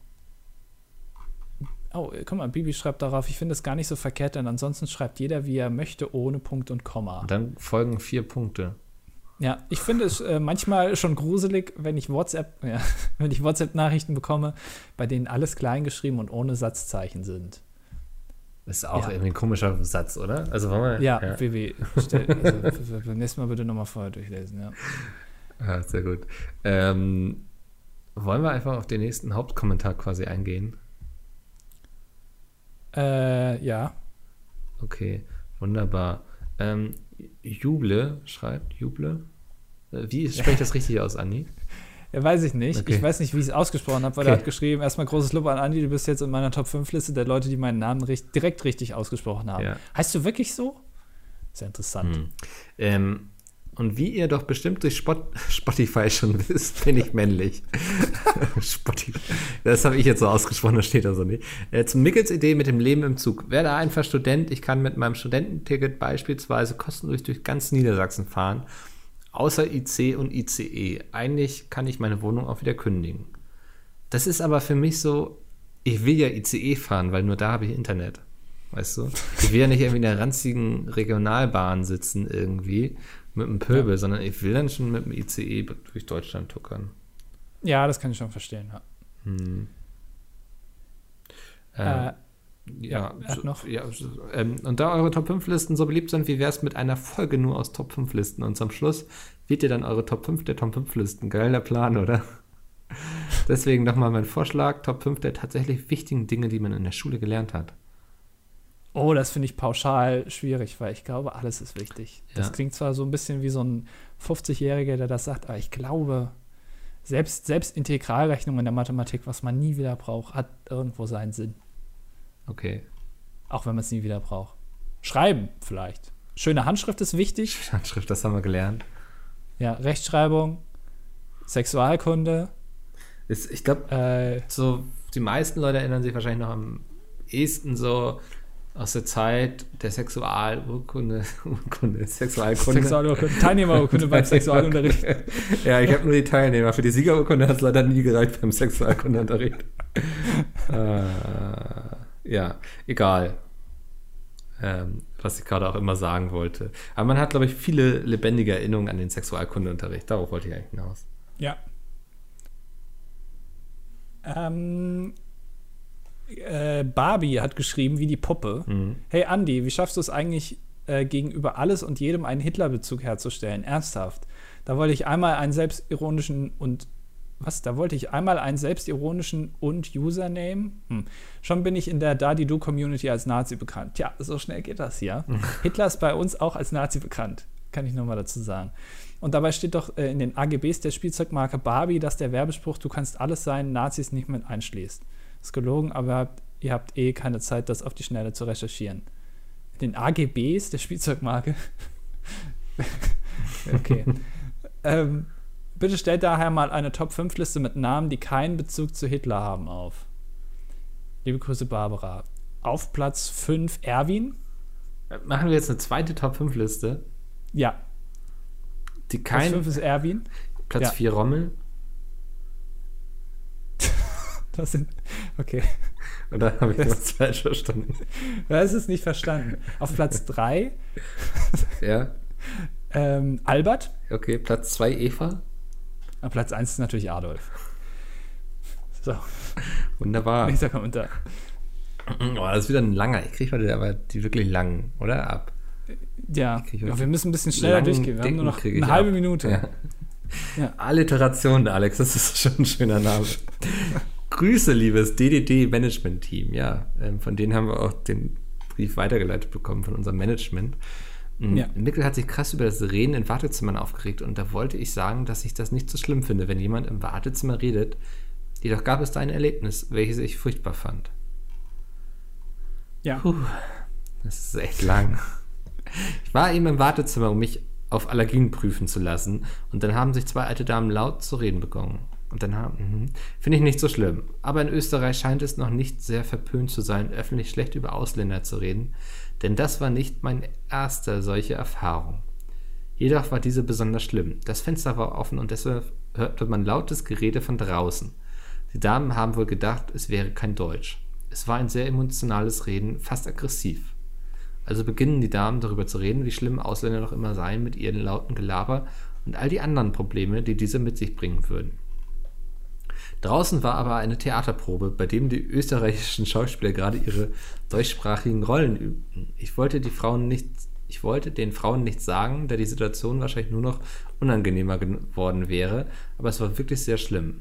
Oh, guck mal, Bibi schreibt darauf, ich finde es gar nicht so verkehrt, denn ansonsten schreibt jeder, wie er möchte, ohne Punkt und Komma. Und dann folgen vier Punkte. Ja, ich finde es äh, manchmal schon gruselig, wenn ich WhatsApp, ja, wenn ich WhatsApp-Nachrichten bekomme, bei denen alles klein geschrieben und ohne Satzzeichen sind. Das ist auch ja. irgendwie ein komischer Satz, oder? Also wollen wir, ja, ja. Bibi, stell, also, beim nächsten Mal bitte nochmal vorher durchlesen, ja. Ja, sehr gut. Ähm, wollen wir einfach auf den nächsten Hauptkommentar quasi eingehen? Äh, ja. Okay, wunderbar. Ähm, Juble schreibt, Juble? Wie spreche ich das richtig aus, Andi? Ja, weiß ich nicht. Okay. Ich weiß nicht, wie ich es ausgesprochen habe, weil Okay. er hat geschrieben, erstmal großes Lob an Andi, du bist jetzt in meiner Top fünf Liste der Leute, die meinen Namen richt- direkt richtig ausgesprochen haben. Ja. Heißt du wirklich so? Sehr interessant. Hm. Ähm, und wie ihr doch bestimmt durch Spot- Spotify schon wisst, bin ich männlich. Spotify. Das habe ich jetzt so ausgesprochen, das steht da so nicht. Äh, zum Mickels Idee mit dem Leben im Zug. Werde einfach Student, ich kann mit meinem Studententicket beispielsweise kostenlos durch ganz Niedersachsen fahren, außer I C und I C E. Eigentlich kann ich meine Wohnung auch wieder kündigen. Das ist aber für mich so, ich will ja I C E fahren, weil nur da habe ich Internet. Weißt du? Ich will ja nicht irgendwie in der ranzigen Regionalbahn sitzen irgendwie mit einem Pöbel, ja. sondern ich will dann schon mit dem I C E durch Deutschland tuckern. Ja, das kann ich schon verstehen, ja. Hm. Äh, Äh, ja, ja, so, noch. ja so, ähm, und da eure Top fünf Listen so beliebt sind, wie wäre es mit einer Folge nur aus Top fünf Listen? Und zum Schluss wird ihr dann eure Top fünf der Top fünf Listen. Geiler Plan, oder? Deswegen nochmal mein Vorschlag, Top fünf der tatsächlich wichtigen Dinge, die man in der Schule gelernt hat. Oh, das finde ich pauschal schwierig, weil ich glaube, alles ist wichtig. Das Ja. klingt zwar so ein bisschen wie so ein fünfzigjähriger, der das sagt, aber ich glaube, selbst, selbst Integralrechnung in der Mathematik, was man nie wieder braucht, hat irgendwo seinen Sinn. Okay. Auch wenn man es nie wieder braucht. Schreiben vielleicht. Schöne Handschrift ist wichtig. Handschrift, das haben wir gelernt. Ja, Rechtschreibung, Sexualkunde. Ist, ich glaube, Äh, so die meisten Leute erinnern sich wahrscheinlich noch am ehesten so aus der Zeit der Sexualurkunde, Urkunde, Sexualkunde. Sexualurkunde, Teilnehmerurkunde beim Sexualunterricht. Ja, ich habe nur die Teilnehmer. Für die Siegerurkunde hat es leider nie gereicht beim Sexualkundeunterricht. äh, ja, egal. Ähm, was ich gerade auch immer sagen wollte. Aber man hat, glaube ich, viele lebendige Erinnerungen an den Sexualkundeunterricht. Darauf wollte ich eigentlich hinaus. Ja. Ähm, äh, Barbie hat geschrieben, wie die Puppe. Mhm. Hey Andi, wie schaffst du es eigentlich, äh, gegenüber alles und jedem einen Hitler-Bezug herzustellen? Ernsthaft. Da wollte ich einmal einen selbstironischen und was? Da wollte ich einmal einen selbstironischen und Username? Hm. Schon bin ich in der Dadi-Du-Community als Nazi bekannt. Tja, so schnell geht das hier. Hitler ist bei uns auch als Nazi bekannt. Kann ich nochmal dazu sagen. Und dabei steht doch äh, in den A G Bs der Spielzeugmarke Barbie, dass der Werbespruch, du kannst alles sein, Nazis nicht mit einschließt. Ist gelogen, aber habt, ihr habt eh keine Zeit, das auf die Schnelle zu recherchieren. In den A G Bs der Spielzeugmarke? Okay. ähm, bitte stellt daher mal eine Top fünf Liste mit Namen, die keinen Bezug zu Hitler haben, auf. Liebe Grüße, Barbara. Auf Platz fünf Erwin. Machen wir jetzt eine zweite Top fünf Liste, Ja. die Platz kein... fünf ist Erwin. Platz Ja. vier Rommel. Das sind. Okay. Oder habe ich was falsch verstanden? Das ist nicht verstanden. Auf Platz drei Ja. ähm, Albert. Okay, Platz zwei Eva. Und Platz eins ist natürlich Adolf. So. Wunderbar. Nächster Kommentar. Oh, das ist wieder ein langer. Ich kriege heute aber die wirklich langen, oder? Ab. Ja, Ich ja wir müssen ein bisschen schneller langen, durchgehen. Wir haben nur noch dicken eine halbe ab. Minute. Ja. Ja. Alliteration, Alex, das ist schon ein schöner Name. Grüße, liebes D D D-Management-Team. Ja, ähm, von denen haben wir auch den Brief weitergeleitet bekommen von unserem Management. Mhm. Ja. Mikkel hat sich krass über das Reden in Wartezimmern aufgeregt und da wollte ich sagen, dass ich das nicht so schlimm finde, wenn jemand im Wartezimmer redet. Jedoch gab es da ein Erlebnis, welches ich furchtbar fand. Ja. Puh, das ist echt lang. Ich war eben im Wartezimmer, um mich auf Allergien prüfen zu lassen und dann haben sich zwei alte Damen laut zu reden begonnen. Und dann haben, mhm. finde ich nicht so schlimm. Aber in Österreich scheint es noch nicht sehr verpönt zu sein, öffentlich schlecht über Ausländer zu reden, denn das war nicht meine erste solche Erfahrung. Jedoch war diese besonders schlimm. Das Fenster war offen und deshalb hörte man lautes Gerede von draußen. Die Damen haben wohl gedacht, es wäre kein Deutsch. Es war ein sehr emotionales Reden, fast aggressiv. Also beginnen die Damen darüber zu reden, wie schlimm Ausländer noch immer seien mit ihren lauten Gelaber und all die anderen Probleme, die diese mit sich bringen würden. Draußen war aber eine Theaterprobe, bei dem die österreichischen Schauspieler gerade ihre deutschsprachigen Rollen übten. Ich wollte die Frauen nicht, ich wollte den Frauen nichts sagen, da die Situation wahrscheinlich nur noch unangenehmer geworden wäre, aber es war wirklich sehr schlimm.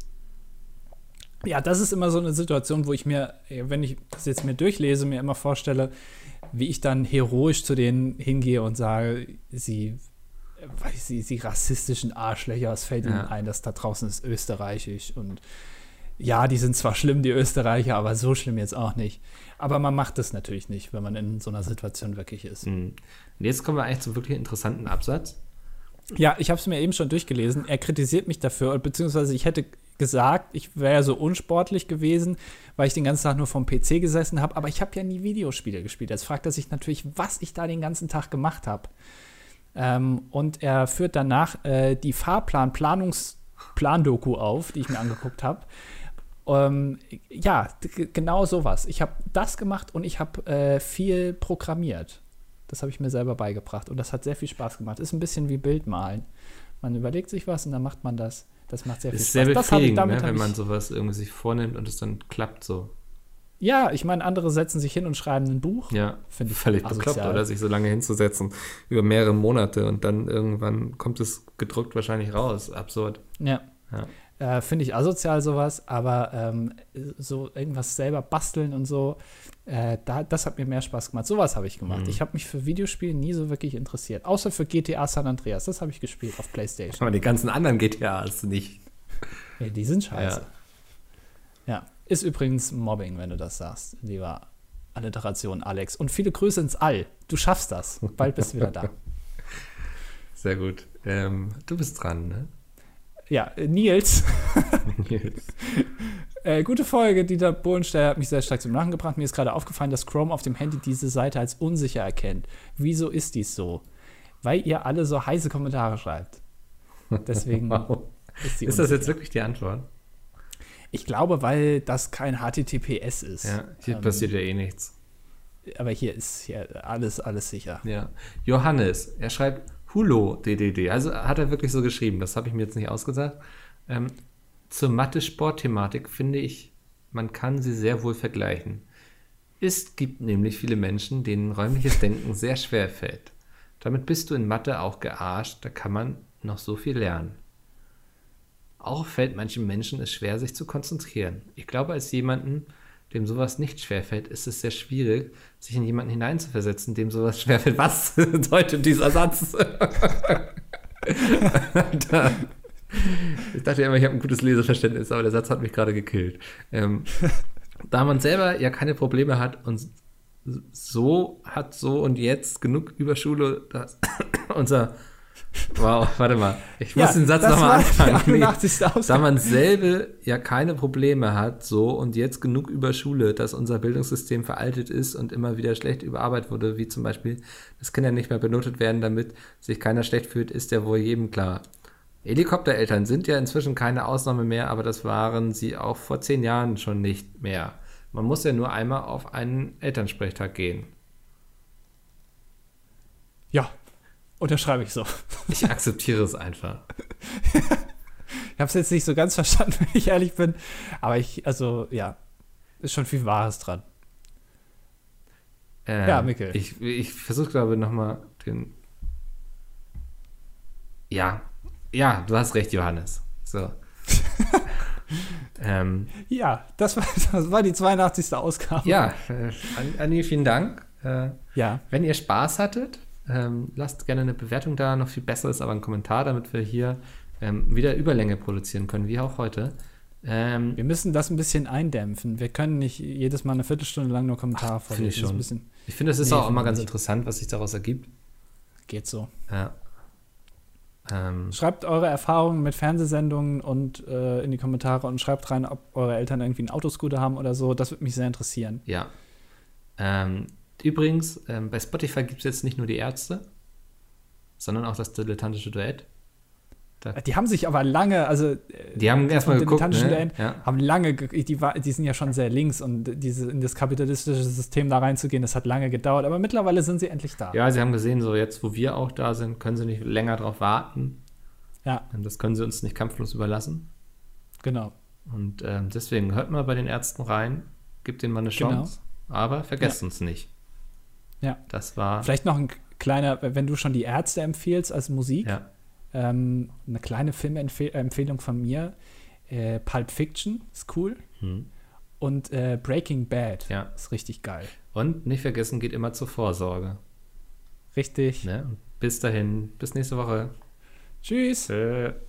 Ja, das ist immer so eine Situation, wo ich mir, wenn ich das jetzt mir durchlese, mir immer vorstelle, wie ich dann heroisch zu denen hingehe und sage, sie, weiß sie, sie rassistischen Arschlöcher, es fällt Ja. ihnen ein, dass da draußen ist österreichisch und ja, die sind zwar schlimm, die Österreicher, aber so schlimm jetzt auch nicht. Aber man macht das natürlich nicht, wenn man in so einer Situation wirklich ist. Und jetzt kommen wir eigentlich zum wirklich interessanten Absatz. Ja, ich habe es mir eben schon durchgelesen. Er kritisiert mich dafür, beziehungsweise ich hätte gesagt, ich wäre ja so unsportlich gewesen, weil ich den ganzen Tag nur vom P C gesessen habe, aber ich habe ja nie Videospiele gespielt. Jetzt fragt er sich natürlich, was ich da den ganzen Tag gemacht habe. Ähm, und er führt danach äh, die Fahrplan-Planungs-Plan-Doku auf, die ich mir angeguckt habe. Ähm, ja, d- genau sowas. Ich habe das gemacht und ich habe äh, viel programmiert. Das habe ich mir selber beigebracht und das hat sehr viel Spaß gemacht. Ist ein bisschen wie Bildmalen. Man überlegt sich was und dann macht man das. Das macht sehr viel Ist Spaß. sehr Das hab ich- befriedigend, damit ne, hab wenn ich- man sowas irgendwie sich vornimmt und es dann klappt so. Ja, ich meine, andere setzen sich hin und schreiben ein Buch. Ja, Finde ich völlig asozial. bekloppt, oder? Sich so lange hinzusetzen, über mehrere Monate und dann irgendwann kommt es gedruckt wahrscheinlich raus. Absurd. Ja. Ja. Äh, Finde ich asozial sowas, aber ähm, so irgendwas selber basteln und so, äh, da, das hat mir mehr Spaß gemacht. Sowas habe ich gemacht. Mhm. Ich habe mich für Videospiele nie so wirklich interessiert. Außer für G T A San Andreas. Das habe ich gespielt auf PlayStation. Aber die ganzen anderen G T As nicht. Ja, die sind scheiße. Ja. Ist übrigens Mobbing, wenn du das sagst, lieber Alliteration Alex. Und viele Grüße ins All. Du schaffst das. Bald bist du wieder da. Sehr gut. Ähm, du bist dran, ne? Ja, äh, Nils. Äh, gute Folge, Dieter Bohlensteller hat mich sehr stark zum Lachen gebracht. Mir ist gerade aufgefallen, dass Chrome auf dem Handy diese Seite als unsicher erkennt. Wieso ist dies so? Weil ihr alle so heiße Kommentare schreibt. Deswegen Wow. ist die Ist das unsicher. jetzt wirklich die Antwort? Ich glaube, weil das kein H T T P S ist. Ja, hier Ähm, passiert ja eh nichts. Aber hier ist hier alles, alles sicher. Ja. Johannes, er schreibt Hulo D D D. Also hat er wirklich so geschrieben. Das habe ich mir jetzt nicht ausgedacht. Ähm, zur Mathe-Sport-Thematik finde ich, man kann sie sehr wohl vergleichen. Es gibt nämlich viele Menschen, denen räumliches Denken sehr schwer fällt. Damit bist du in Mathe auch gearscht, da kann man noch so viel lernen. Auch fällt manchen Menschen es schwer, sich zu konzentrieren. Ich glaube, als jemanden, dem sowas nicht schwerfällt, ist es sehr schwierig, sich in jemanden hineinzuversetzen, dem sowas schwerfällt. Was bedeutet dieser Satz? da, ich dachte immer, ich habe ein gutes Leseverständnis, aber der Satz hat mich gerade gekillt. Ähm, da man selber ja keine Probleme hat und so hat so und jetzt genug über Schule, dass unser Wow, warte mal. Ich muss Ja, den Satz das nochmal war anfangen. die einundachtzigste Da Ausgabe. man selber ja keine Probleme hat, so und jetzt genug über Schule, dass unser Bildungssystem veraltet ist und immer wieder schlecht überarbeitet wurde, wie zum Beispiel, dass Kinder nicht mehr benotet werden, damit sich keiner schlecht fühlt, ist ja wohl jedem klar. Helikoptereltern sind ja inzwischen keine Ausnahme mehr, aber das waren sie auch vor zehn Jahren schon nicht mehr. Man muss ja nur einmal auf einen Elternsprechtag gehen. Ja, Unterschreibe ich so. Ich akzeptiere es einfach. Ich habe es jetzt nicht so ganz verstanden, wenn ich ehrlich bin. Aber ich, also, ja, ist schon viel Wahres dran. Ähm, Ja, Mikkel. Ich, ich versuche, glaube ich, nochmal den. Ja, ja, du hast recht, Johannes. So. ähm, Ja, das war, das war die zweiundachtzigste Ausgabe. ja, äh, Anni, vielen Dank. Äh, Ja, Wenn ihr Spaß hattet, ähm, lasst gerne eine Bewertung da. Noch viel besser ist aber ein Kommentar, damit wir hier ähm, wieder Überlänge produzieren können, wie auch heute. Ähm, wir müssen das ein bisschen eindämpfen. Wir können nicht jedes Mal eine Viertelstunde lang nur Kommentare Ach, vorlesen. finde ich Das ist schon. ein bisschen, ich finde, es ist Nee, auch immer finde ganz ich nicht. interessant, was sich daraus ergibt. geht so. Ja. Ähm, Schreibt eure Erfahrungen mit Fernsehsendungen und äh, in die Kommentare und schreibt rein, ob eure Eltern irgendwie einen Autoscooter haben oder so. Das würde mich sehr interessieren. ja. Ähm, übrigens, ähm, bei Spotify gibt es jetzt nicht nur die Ärzte, sondern auch das dilettantische Duett. Die haben sich aber lange, also äh, Die haben erstmal vom geguckt, dilettantischen ne? Duett Ja. haben lange, ge- die, war, die sind ja schon sehr links und diese, in das kapitalistische System da reinzugehen, das hat lange gedauert, aber mittlerweile sind sie endlich da. Ja, sie haben gesehen, so jetzt, wo wir auch da sind, können sie nicht länger drauf warten. Ja, Und das können sie uns nicht kampflos überlassen. genau. Und ähm, deswegen hört mal bei den Ärzten rein, gebt denen mal eine Genau. Chance, aber vergesst uns nicht. Ja. Das war, Vielleicht noch ein kleiner, wenn du schon die Ärzte empfiehlst als Musik, ja, ähm, eine kleine Filmempfehlung von mir. Äh, Pulp Fiction ist cool. hm. Und äh, Breaking Bad Ja. ist richtig geil. Und nicht vergessen, geht immer zur Vorsorge. Richtig. Ne? Und bis dahin, bis nächste Woche. Tschüss. Tschö.